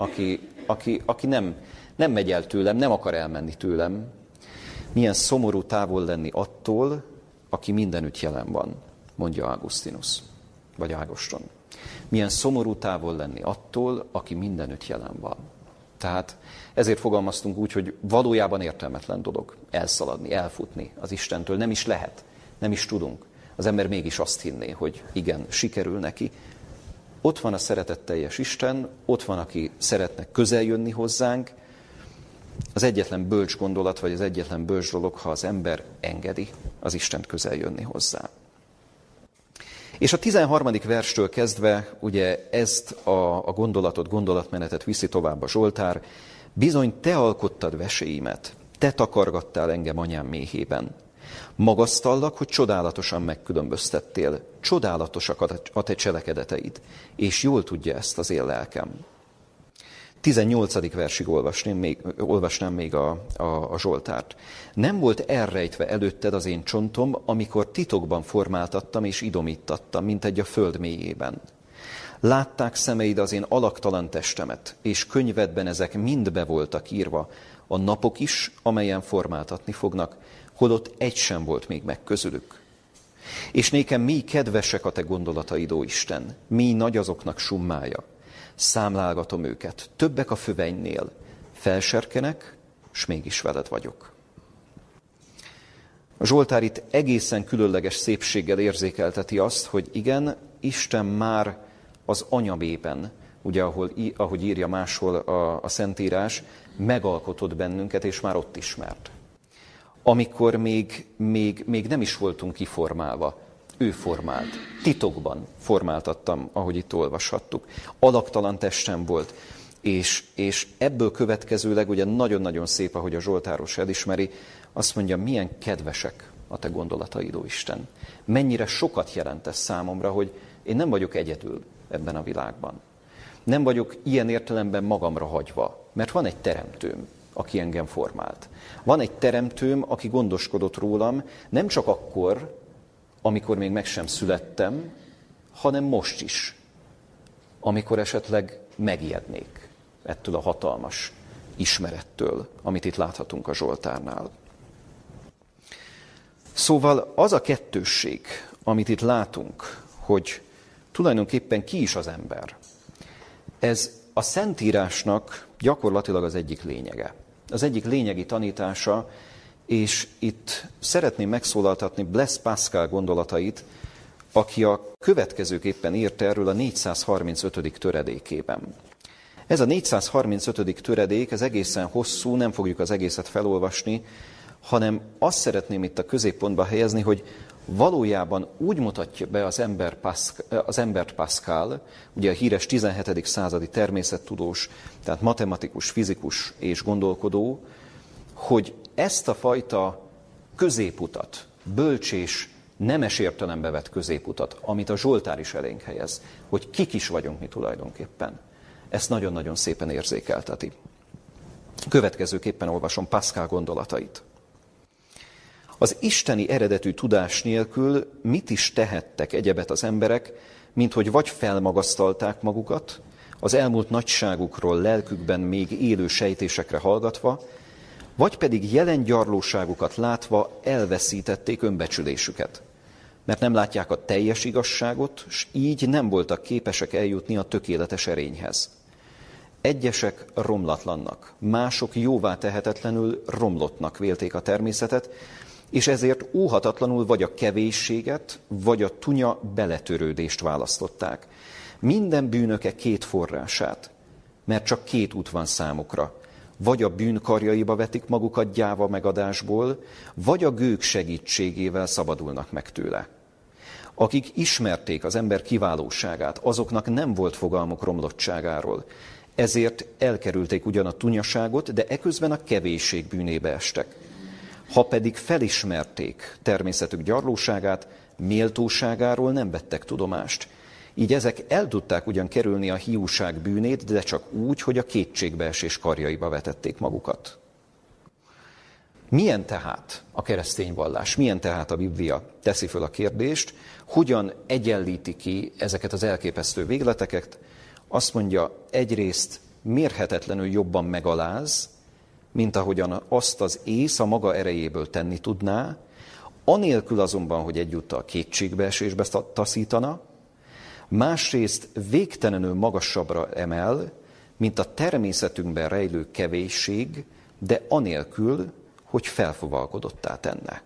A: aki nem megy el tőlem, nem akar elmenni tőlem. Milyen szomorú távol lenni attól, aki mindenütt jelen van, mondja Augustinus, vagy Ágoston. Milyen szomorú távol lenni attól, aki mindenütt jelen van. Tehát ezért fogalmaztunk úgy, hogy valójában értelmetlen dolog elszaladni, elfutni az Istentől. Nem is lehet, nem is tudunk. Az ember mégis azt hinné, hogy igen, sikerül neki. Ott van a szeretetteljes Isten, ott van, aki szeretne közel jönni hozzánk. Az egyetlen bölcs gondolat, vagy az egyetlen bölcs dolog, ha az ember engedi az Istent közel jönni hozzá. És a 13. verstől kezdve ugye ezt a gondolatot, gondolatmenetet viszi tovább a Zsoltár. Bizony te alkottad veséimet, te takargattál engem anyám méhében. Magasztallak, hogy csodálatosan megkülönböztettél. Csodálatosak a te cselekedeteid, és jól tudja ezt az én lelkem. 18. versig olvasnám még a Zsoltárt. Nem volt elrejtve előtted az én csontom, amikor titokban formáltattam és idomítattam, mint egy a föld mélyében. Látták szemeid az én alaktalan testemet, és könyvedben ezek mind be voltak írva, a napok is, amelyen formáltatni fognak, holott egy sem volt még meg közülük. És nékem mi kedvesek a te gondolataid, ó Isten, mi nagy azoknak summája. Számlálgatom őket, többek a fövegynél, felserkenek, s mégis veled vagyok. A Zsoltár itt egészen különleges szépséggel érzékelteti azt, hogy igen, Isten már az anyamében, ugye ahogy írja máshol a Szentírás, megalkotott bennünket, és már ott ismert. Amikor még nem is voltunk kiformálva, ő formált. Titokban formáltattam, ahogy itt olvashattuk. Alaktalan testem volt. És ebből következőleg ugye nagyon-nagyon szép, ahogy a Zsoltáros elismeri, azt mondja, milyen kedvesek a te gondolataid, ó Isten. Mennyire sokat jelent ez számomra, hogy én nem vagyok egyedül ebben a világban. Nem vagyok ilyen értelemben magamra hagyva, mert van egy teremtőm, aki engem formált. Van egy teremtőm, aki gondoskodott rólam, nem csak akkor, amikor még meg sem születtem, hanem most is, amikor esetleg megijednék ettől a hatalmas ismerettől, amit itt láthatunk a Zsoltárnál. Szóval az a kettősség, amit itt látunk, hogy tulajdonképpen ki is az ember, ez a Szentírásnak gyakorlatilag az egyik lényege. Az egyik lényegi tanítása, és itt szeretném megszólaltatni Blaise Pascal gondolatait, aki a következőképpen írt erről a 435. töredékében. Ez a 435. töredék, ez egészen hosszú, nem fogjuk az egészet felolvasni, hanem azt szeretném itt a középpontba helyezni, hogy valójában úgy mutatja be az embert Pascal, ugye a híres 17. századi természettudós, tehát matematikus, fizikus és gondolkodó, hogy ezt a fajta középutat, bölcsés, nemes értelembe vett középutat, amit a Zsoltár is elénk helyez, hogy kik is vagyunk mi tulajdonképpen, ezt nagyon-nagyon szépen érzékelteti. Következőképpen olvasom Pascal gondolatait. Az isteni eredetű tudás nélkül mit is tehettek egyebet az emberek, mint hogy vagy felmagasztalták magukat, az elmúlt nagyságukról lelkükben még élő sejtésekre hallgatva, vagy pedig jelen gyarlóságukat látva elveszítették önbecsülésüket, mert nem látják a teljes igazságot, s így nem voltak képesek eljutni a tökéletes erényhez. Egyesek romlatlannak, mások jóvá tehetetlenül romlottnak vélték a természetet, és ezért óhatatlanul vagy a kevésséget, vagy a tunya beletörődést választották. Minden bűnöke két forrását, mert csak két út van számukra. Vagy a bűn karjaiba vetik magukat gyáva megadásból, vagy a gőg segítségével szabadulnak meg tőle. Akik ismerték az ember kiválóságát, azoknak nem volt fogalmuk romlottságáról. Ezért elkerülték ugyan a tunyaságot, de eközben a kevésség bűnébe estek. Ha pedig felismerték természetük gyarlóságát, méltóságáról nem vettek tudomást. Így ezek el tudták ugyan kerülni a hiúság bűnét, de csak úgy, hogy a kétségbeesés karjaiba vetették magukat. Milyen tehát a keresztény vallás, milyen tehát a Biblia? Teszi föl a kérdést, hogyan egyenlíti ki ezeket az elképesztő végleteket? Azt mondja, egyrészt mérhetetlenül jobban megaláz, mint ahogyan azt az ész a maga erejéből tenni tudná, anélkül azonban, hogy egyúttal kétségbeesésbe taszítana, másrészt végtelenül magasabbra emel, mint a természetünkben rejlő kevésség, de anélkül, hogy felfogalkodottá tenne.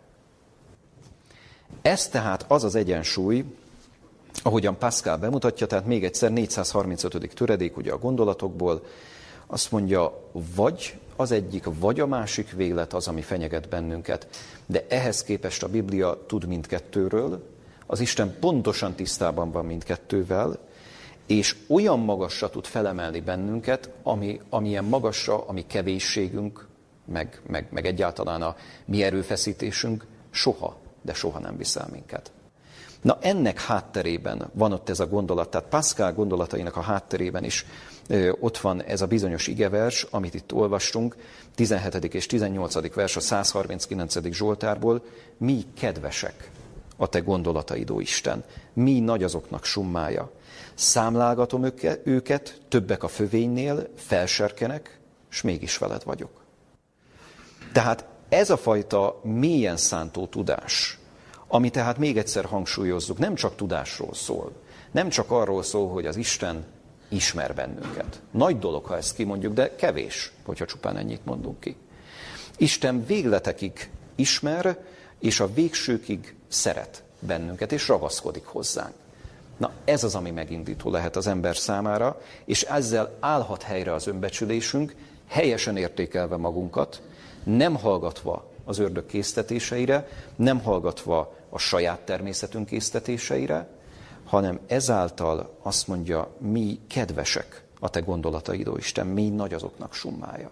A: Ez tehát az az egyensúly, ahogyan Pascal bemutatja, tehát még egyszer 435. töredék ugye a gondolatokból, azt mondja, vagy az egyik, vagy a másik véglet az, ami fenyeget bennünket. De ehhez képest a Biblia tud mindkettőről, az Isten pontosan tisztában van mindkettővel, és olyan magasra tud felemelni bennünket, amilyen magasra, ami kevésségünk, meg egyáltalán a mi erőfeszítésünk soha, de soha nem viszel minket. Na ennek hátterében van ott ez a gondolat, tehát Pascal gondolatainak a hátterében is ott van ez a bizonyos igevers, amit itt olvastunk, 17. és 18. vers a 139. Zsoltárból, mi kedvesek a te gondolataid, ó Isten, mi nagy azoknak summája. Számlálgatom őket, többek a fövénynél, felserkenek, s mégis veled vagyok. Tehát ez a fajta mélyen szántó tudás, ami tehát még egyszer hangsúlyozzuk, nem csak tudásról szól, nem csak arról szól, hogy az Isten ismer bennünket. Nagy dolog, ha ezt kimondjuk, de kevés, hogyha csupán ennyit mondunk ki. Isten végletekig ismer, és a végsőkig szeret bennünket, és ragaszkodik hozzánk. Na ez az, ami megindító lehet az ember számára, és ezzel állhat helyre az önbecsülésünk, helyesen értékelve magunkat, nem hallgatva az ördög késztetéseire, nem hallgatva a saját természetünk késztetéseire, hanem ezáltal azt mondja, mi kedvesek a te gondolataid, ó Isten, mi nagy azoknak summája.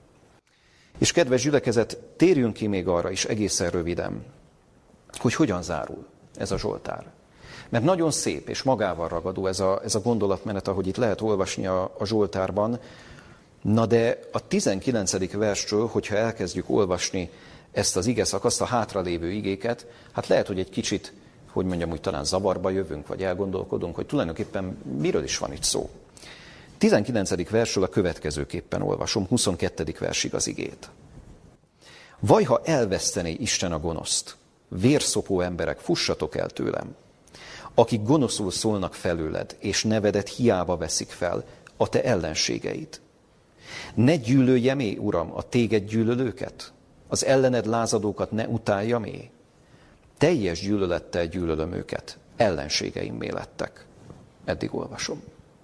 A: És kedves gyülekezet, térjünk ki még arra is egészen röviden, hogy hogyan zárul ez a Zsoltár. Mert nagyon szép és magával ragadó ez a gondolatmenet, ahogy itt lehet olvasni a Zsoltárban. Na de a 19. versről, hogyha elkezdjük olvasni ezt az igeszakaszt, a hátralévő igéket, hát lehet, hogy egy kicsit, hogy mondjam úgy, talán zavarba jövünk, vagy elgondolkodunk, hogy tulajdonképpen miről is van itt szó. 19. versről a következőképpen olvasom, 22. versig az igét. Vaj, ha elvesztené Isten a gonoszt, vérszopó emberek, fussatok el tőlem, akik gonoszul szólnak felőled, és nevedet hiába veszik fel a te ellenségeid. Ne gyűlöljem-é, Uram, a téged gyűlölőket? Az ellened lázadókat ne utáljam-é? Teljes gyűlölettel gyűlölöm őket, ellenségeimmé lettek. Eddig olvasom.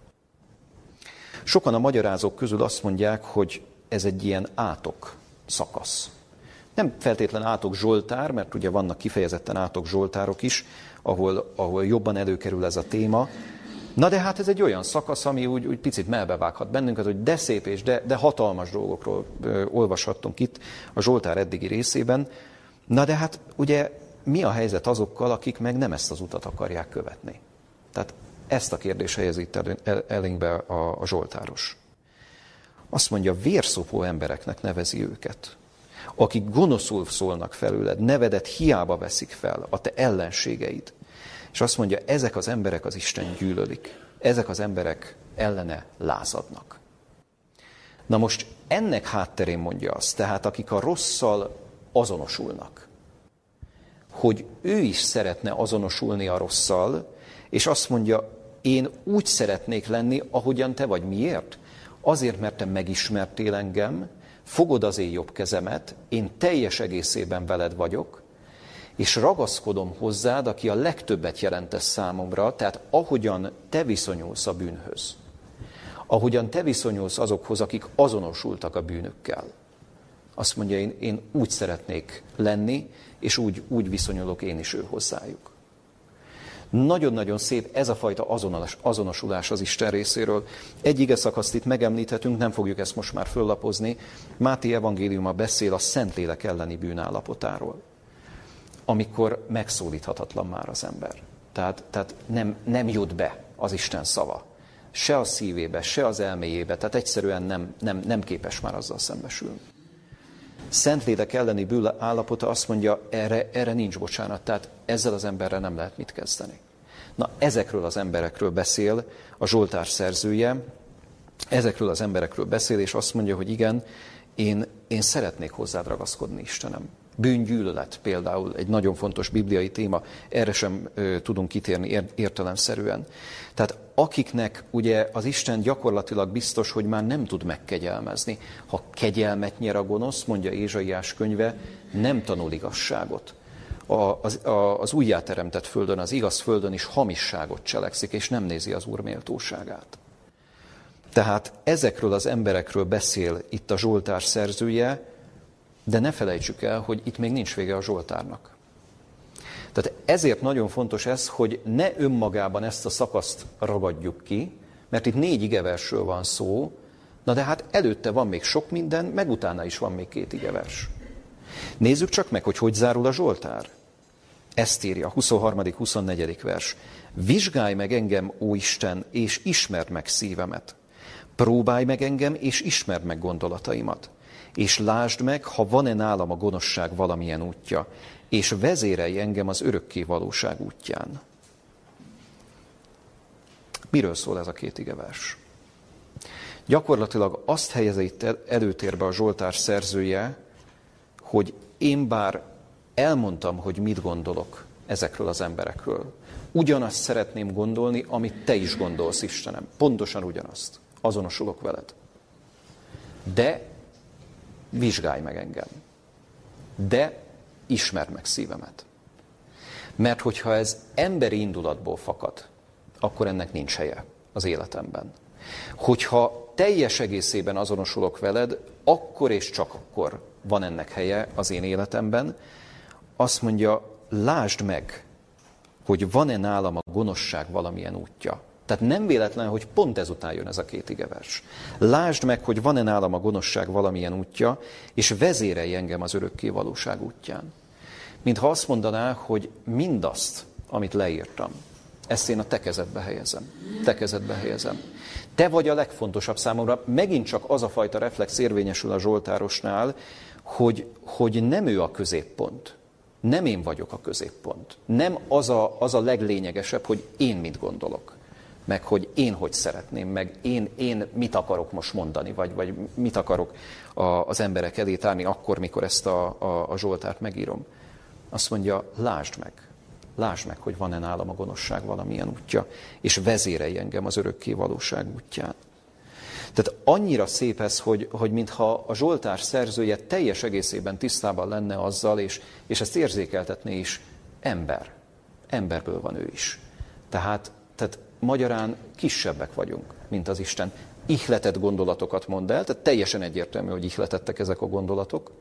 A: Sokan a magyarázók közül azt mondják, hogy ez egy ilyen átok szakasz. Nem feltétlen átok zsoltár, mert ugye vannak kifejezetten átok zsoltárok is, ahol jobban előkerül ez a téma. Na de hát ez egy olyan szakasz, ami úgy picit melbevághat bennünket, hogy de szép és de hatalmas dolgokról olvashattunk itt a zsoltár eddigi részében. Na de hát ugye mi a helyzet azokkal, akik meg nem ezt az utat akarják követni? Tehát ezt a kérdést helyezi itt elénkbe a zsoltáros. Azt mondja, vérszopó embereknek nevezi őket, akik gonoszul szólnak felőled, nevedet hiába veszik fel a te ellenségeid. És azt mondja, ezek az emberek az Isten gyűlölik. Ezek az emberek ellene lázadnak. Na most ennek hátterén mondja azt, tehát akik a rosszal azonosulnak, hogy ő is szeretne azonosulni a rosszal, és azt mondja, én úgy szeretnék lenni, ahogyan te vagy. Miért? Azért, mert te megismertél engem, fogod az én jobb kezemet, én teljes egészében veled vagyok, és ragaszkodom hozzád, aki a legtöbbet jelentesz számomra, tehát ahogyan te viszonyulsz a bűnhöz, ahogyan te viszonyulsz azokhoz, akik azonosultak a bűnökkel. Azt mondja, én úgy szeretnék lenni, és úgy viszonyulok én is ő hozzájuk. Nagyon-nagyon szép ez a fajta azonosulás az Isten részéről. Egy igeszakaszt itt megemlíthetünk, nem fogjuk ezt most már föllapozni. Máté evangéliuma beszél a Szentlélek elleni bűnállapotáról, amikor megszólíthatatlan már az ember. Tehát nem jut be az Isten szava. Se a szívébe, se az elméjébe, tehát egyszerűen nem képes már azzal szembesülni. Szentlélek elleni bűnállapota azt mondja, erre nincs bocsánat, tehát ezzel az emberrel nem lehet mit kezdeni. Na, ezekről az emberekről beszél a Zsoltár szerzője, ezekről az emberekről beszél, és azt mondja, hogy igen, én szeretnék hozzád ragaszkodni, Istenem. Bűngyűlölet például egy nagyon fontos bibliai téma, erre sem tudunk kitérni értelemszerűen. Tehát akiknek ugye az Isten gyakorlatilag biztos, hogy már nem tud megkegyelmezni. Ha kegyelmet nyer a gonosz, mondja Ézsaiás könyve, nem tanul igazságot. Az újjáteremtett földön, az igaz földön is hamisságot cselekszik, és nem nézi az Úr méltóságát. Tehát ezekről az emberekről beszél itt a Zsoltár szerzője, de ne felejtsük el, hogy itt még nincs vége a Zsoltárnak. Tehát ezért nagyon fontos ez, hogy ne önmagában ezt a szakaszt ragadjuk ki, mert itt 4 igeversről van szó, na de hát előtte van még sok minden, meg utána is van még 2 igevers. Nézzük csak meg, hogy zárul a Zsoltár. Ezt írja, 23.-24. vers. Vizsgálj meg engem, ó Isten, és ismerd meg szívemet. Próbálj meg engem, és ismerd meg gondolataimat. És lásd meg, ha van-e nálam a gonoszság valamilyen útja, és vezérelj engem az örökké valóság útján. Miről szól ez a 2 igevers? Gyakorlatilag azt helyezi itt előtérbe a Zsoltár szerzője, hogy én bár elmondtam, hogy mit gondolok ezekről az emberekről, ugyanazt szeretném gondolni, amit te is gondolsz, Istenem. Pontosan ugyanazt. Azonosulok veled. De vizsgálj meg engem. De ismerd meg szívemet. Mert hogyha ez emberi indulatból fakad, akkor ennek nincs helye az életemben. Hogyha teljes egészében azonosulok veled, akkor és csak akkor van ennek helye az én életemben. Azt mondja, lásd meg, hogy van-e nálam a gonoszság valamilyen útja. Tehát nem véletlen, hogy pont ezután jön ez a 2 igevers. Lásd meg, hogy van-e nálam a gonoszság valamilyen útja, és vezérelj engem az örökké valóság útján. Mintha azt mondaná, hogy mindazt, amit leírtam, ezt én a te kezedbe helyezem. Te kezedbe helyezem. Te vagy a legfontosabb számomra. Megint csak az a fajta reflex érvényesül a zsoltárosnál, hogy nem ő a középpont. Nem én vagyok a középpont. Nem az a leglényegesebb, hogy én mit gondolok. Meg hogy én hogy szeretném, meg én mit akarok most mondani, vagy mit akarok az emberek elé tárni akkor, mikor ezt a Zsoltárt megírom. Azt mondja, lásd meg, hogy van-e nálam a gonoszság valamilyen útja, és vezérelj engem az örökké valóság útján. Tehát annyira szép ez, hogy mintha a Zsoltár szerzője teljes egészében tisztában lenne azzal, és ezt érzékeltetné is, emberből van ő is. Tehát magyarán kisebbek vagyunk, mint az Isten. Ihletett gondolatokat mond el, tehát teljesen egyértelmű, hogy ihletettek ezek a gondolatok,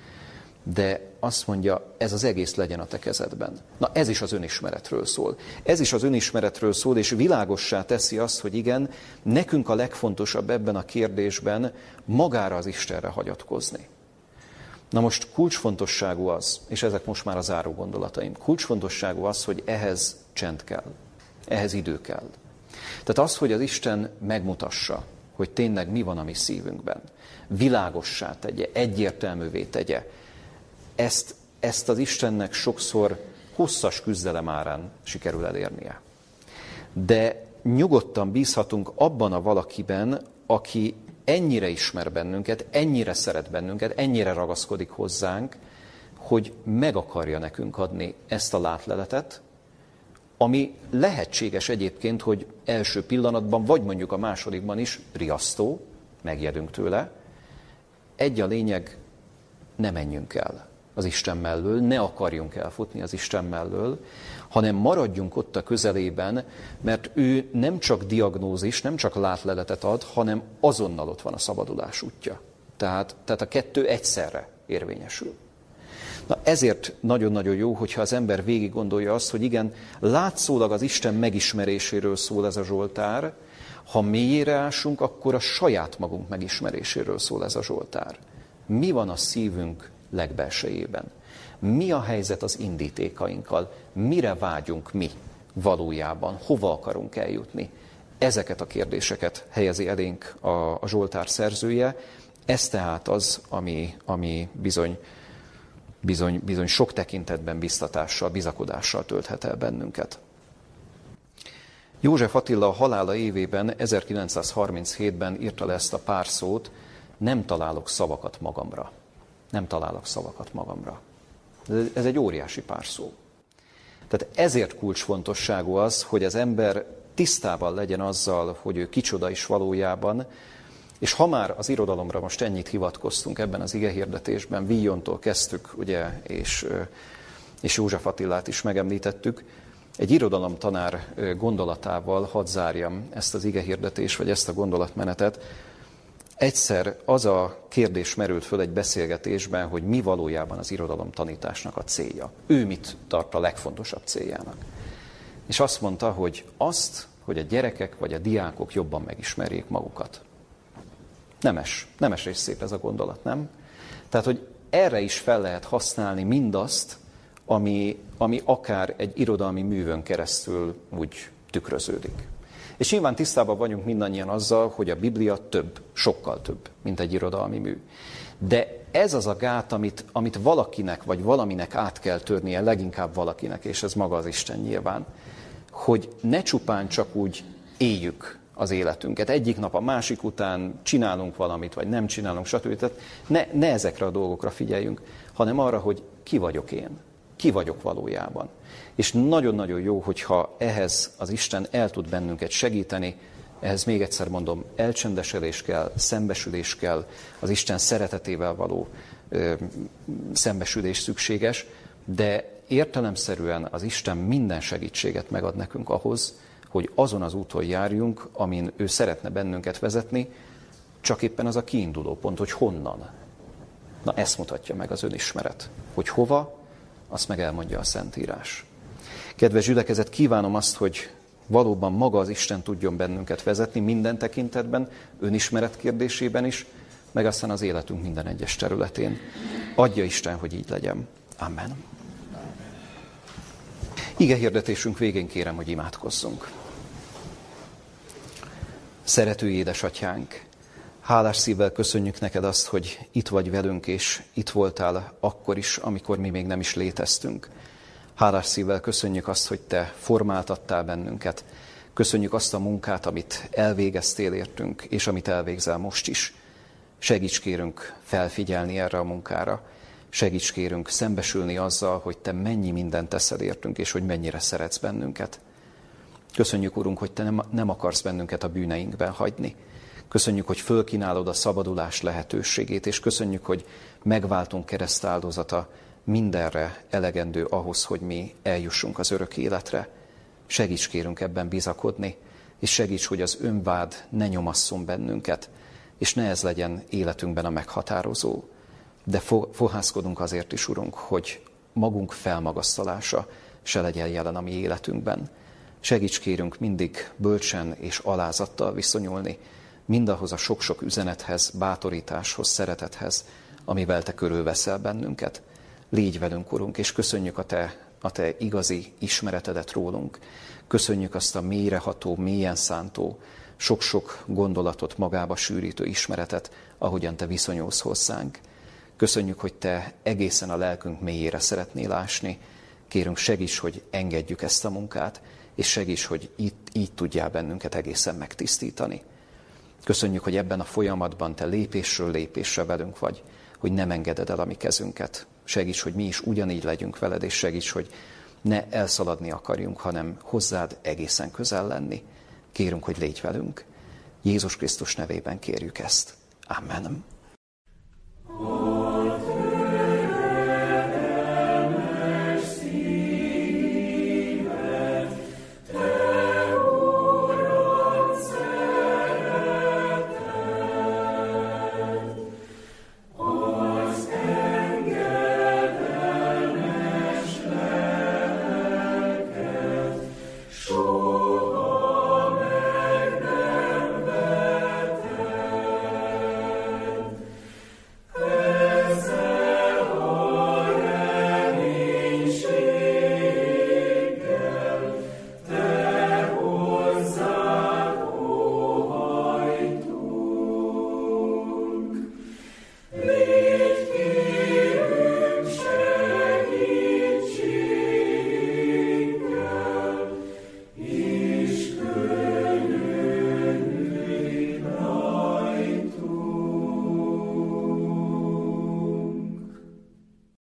A: de azt mondja, ez az egész legyen a te kezedben. Na ez is az önismeretről szól. Ez is az önismeretről szól, és világossá teszi azt, hogy igen, nekünk a legfontosabb ebben a kérdésben magára az Istenre hagyatkozni. Na most kulcsfontosságú az, és ezek most már a záró gondolataim, kulcsfontosságú az, hogy ehhez csend kell, ehhez idő kell. Tehát az, hogy az Isten megmutassa, hogy tényleg mi van a mi szívünkben, világossá tegye, egyértelművé tegye, ezt az Istennek sokszor hosszas küzdelem árán sikerül elérnie. De nyugodtan bízhatunk abban a valakiben, aki ennyire ismer bennünket, ennyire szeret bennünket, ennyire ragaszkodik hozzánk, hogy meg akarja nekünk adni ezt a látleletet, ami lehetséges egyébként, hogy első pillanatban, vagy mondjuk a másodikban is riasztó, megjedünk tőle. Egy a lényeg, ne menjünk el az Isten mellől, ne akarjunk elfutni az Isten mellől, hanem maradjunk ott a közelében, mert ő nem csak diagnózis, nem csak látleletet ad, hanem azonnal ott van a szabadulás útja. Tehát a kettő egyszerre érvényesül. Na ezért nagyon-nagyon jó, hogyha az ember végig gondolja azt, hogy igen, látszólag az Isten megismeréséről szól ez a Zsoltár, ha mélyére ásunk, akkor a saját magunk megismeréséről szól ez a Zsoltár. Mi van a szívünk legbelsejében? Mi a helyzet az indítékainkkal? Mire vágyunk mi valójában? Hova akarunk eljutni? Ezeket a kérdéseket helyezi elénk a Zsoltár szerzője. Ez tehát az, ami bizony sok tekintetben biztatással, bizakodással tölthet el bennünket. József Attila a halála évében, 1937-ben írta le ezt a pár szót, nem találok szavakat magamra. Nem találok szavakat magamra. Ez egy óriási pár szó. Tehát ezért kulcsfontosságú az, hogy az ember tisztában legyen azzal, hogy ő kicsoda is valójában, és ha már az irodalomra most ennyit hivatkoztunk ebben az igehirdetésben, Villontól kezdtük, ugye, és József Attilát is megemlítettük, egy irodalomtanár gondolatával hadd zárjam ezt az igehirdetést, vagy ezt a gondolatmenetet. Egyszer az a kérdés merült föl egy beszélgetésben, hogy mi valójában az irodalomtanításnak a célja. Ő mit tart a legfontosabb céljának. És azt mondta, hogy azt, hogy a gyerekek vagy a diákok jobban megismerjék magukat. Nemes és szép ez a gondolat, nem? Tehát, hogy erre is fel lehet használni mindazt, ami akár egy irodalmi művön keresztül úgy tükröződik. És nyilván tisztában vagyunk mindannyian azzal, hogy a Biblia több, sokkal több, mint egy irodalmi mű. De ez az a gát, amit valakinek vagy valaminek át kell törnie, leginkább valakinek, és ez maga az Isten nyilván, hogy ne csupán csak úgy éljük az életünket. Egyik nap a másik után csinálunk valamit, vagy nem csinálunk, stb. Tehát ne ezekre a dolgokra figyeljünk, hanem arra, hogy ki vagyok én, ki vagyok valójában. És nagyon-nagyon jó, hogyha ehhez az Isten el tud bennünket segíteni, ehhez még egyszer mondom, elcsendesedés kell, szembesülés kell, az Isten szeretetével való szembesülés szükséges, de értelemszerűen az Isten minden segítséget megad nekünk ahhoz, hogy azon az úton járjunk, amin ő szeretne bennünket vezetni, csak éppen az a kiinduló pont, hogy honnan. Na ezt mutatja meg az önismeret. Hogy hova, azt meg elmondja a Szentírás. Kedves gyülekezet, kívánom azt, hogy valóban maga az Isten tudjon bennünket vezetni minden tekintetben, önismeret kérdésében is, meg aztán az életünk minden egyes területén. Adja Isten, hogy így legyen. Amen. Igehirdetésünk végén kérem, hogy imádkozzunk. Szerető édesatyánk, hálás szívvel köszönjük neked azt, hogy itt vagy velünk, és itt voltál akkor is, amikor mi még nem is léteztünk. Hálás szívvel köszönjük azt, hogy te formáltattál bennünket. Köszönjük azt a munkát, amit elvégeztél értünk, és amit elvégzel most is. Segíts kérünk felfigyelni erre a munkára. Segíts kérünk szembesülni azzal, hogy Te mennyi mindent teszel értünk, és hogy mennyire szeretsz bennünket. Köszönjük, Urunk, hogy Te nem akarsz bennünket a bűneinkben hagyni. Köszönjük, hogy fölkínálod a szabadulás lehetőségét, és köszönjük, hogy megváltunk keresztáldozata mindenre elegendő ahhoz, hogy mi eljussunk az örök életre. Segíts kérünk ebben bizakodni, és segíts, hogy az önvád ne nyomasszon bennünket, és ne ez legyen életünkben a meghatározó. De fohászkodunk azért is, Urunk, hogy magunk felmagasztalása se legyen jelen a mi életünkben. Segíts kérünk mindig bölcsen és alázattal viszonyulni mindahhoz a sok-sok üzenethez, bátorításhoz, szeretethez, amivel Te körülveszel bennünket. Légy velünk, Urunk, és köszönjük a Te igazi ismeretedet rólunk. Köszönjük azt a mélyreható, mélyen szántó, sok-sok gondolatot magába sűrítő ismeretet, ahogyan Te viszonyulsz hozzánk. Köszönjük, hogy Te egészen a lelkünk mélyére szeretnél ásni. Kérünk, segíts, hogy engedjük ezt a munkát, és segíts, hogy így tudjál bennünket egészen megtisztítani. Köszönjük, hogy ebben a folyamatban Te lépésről lépésre velünk vagy, hogy nem engeded el a mi kezünket. Segíts, hogy mi is ugyanígy legyünk veled, és segíts, hogy ne elszaladni akarjunk, hanem hozzád egészen közel lenni. Kérünk, hogy légy velünk. Jézus Krisztus nevében kérjük ezt. Amen.